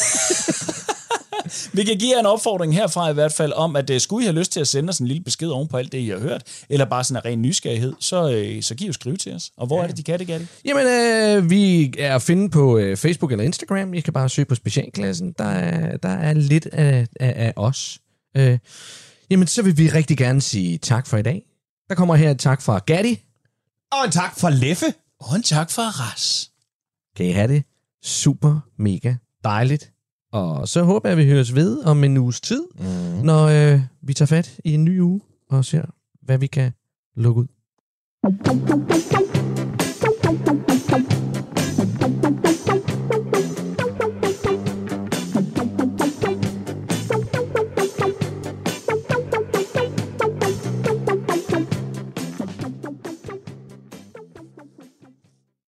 Vi kan give jer en opfordring herfra i hvert fald om, at uh, skulle I have lyst til at sende os en lille besked oven på alt det, I har hørt, eller bare sådan en ren nysgerrighed, så, uh, så giv jo skrive til os. Og hvor ja. er det, de kan det, Gatti? Jamen, øh, vi er at finde på øh, Facebook eller Instagram. I kan bare søge på specialklassen. Der er, der er lidt af, af, af os. Øh, jamen, så vil vi rigtig gerne sige tak for i dag. Der kommer her et tak fra Gatti. Og en tak fra Leffe. Og en tak fra Ras. Kan I have det super mega dejligt. Og så håber jeg, at vi høres ved om en uges tid, mm. når øh, vi tager fat i en ny uge og ser, hvad vi kan lukke ud.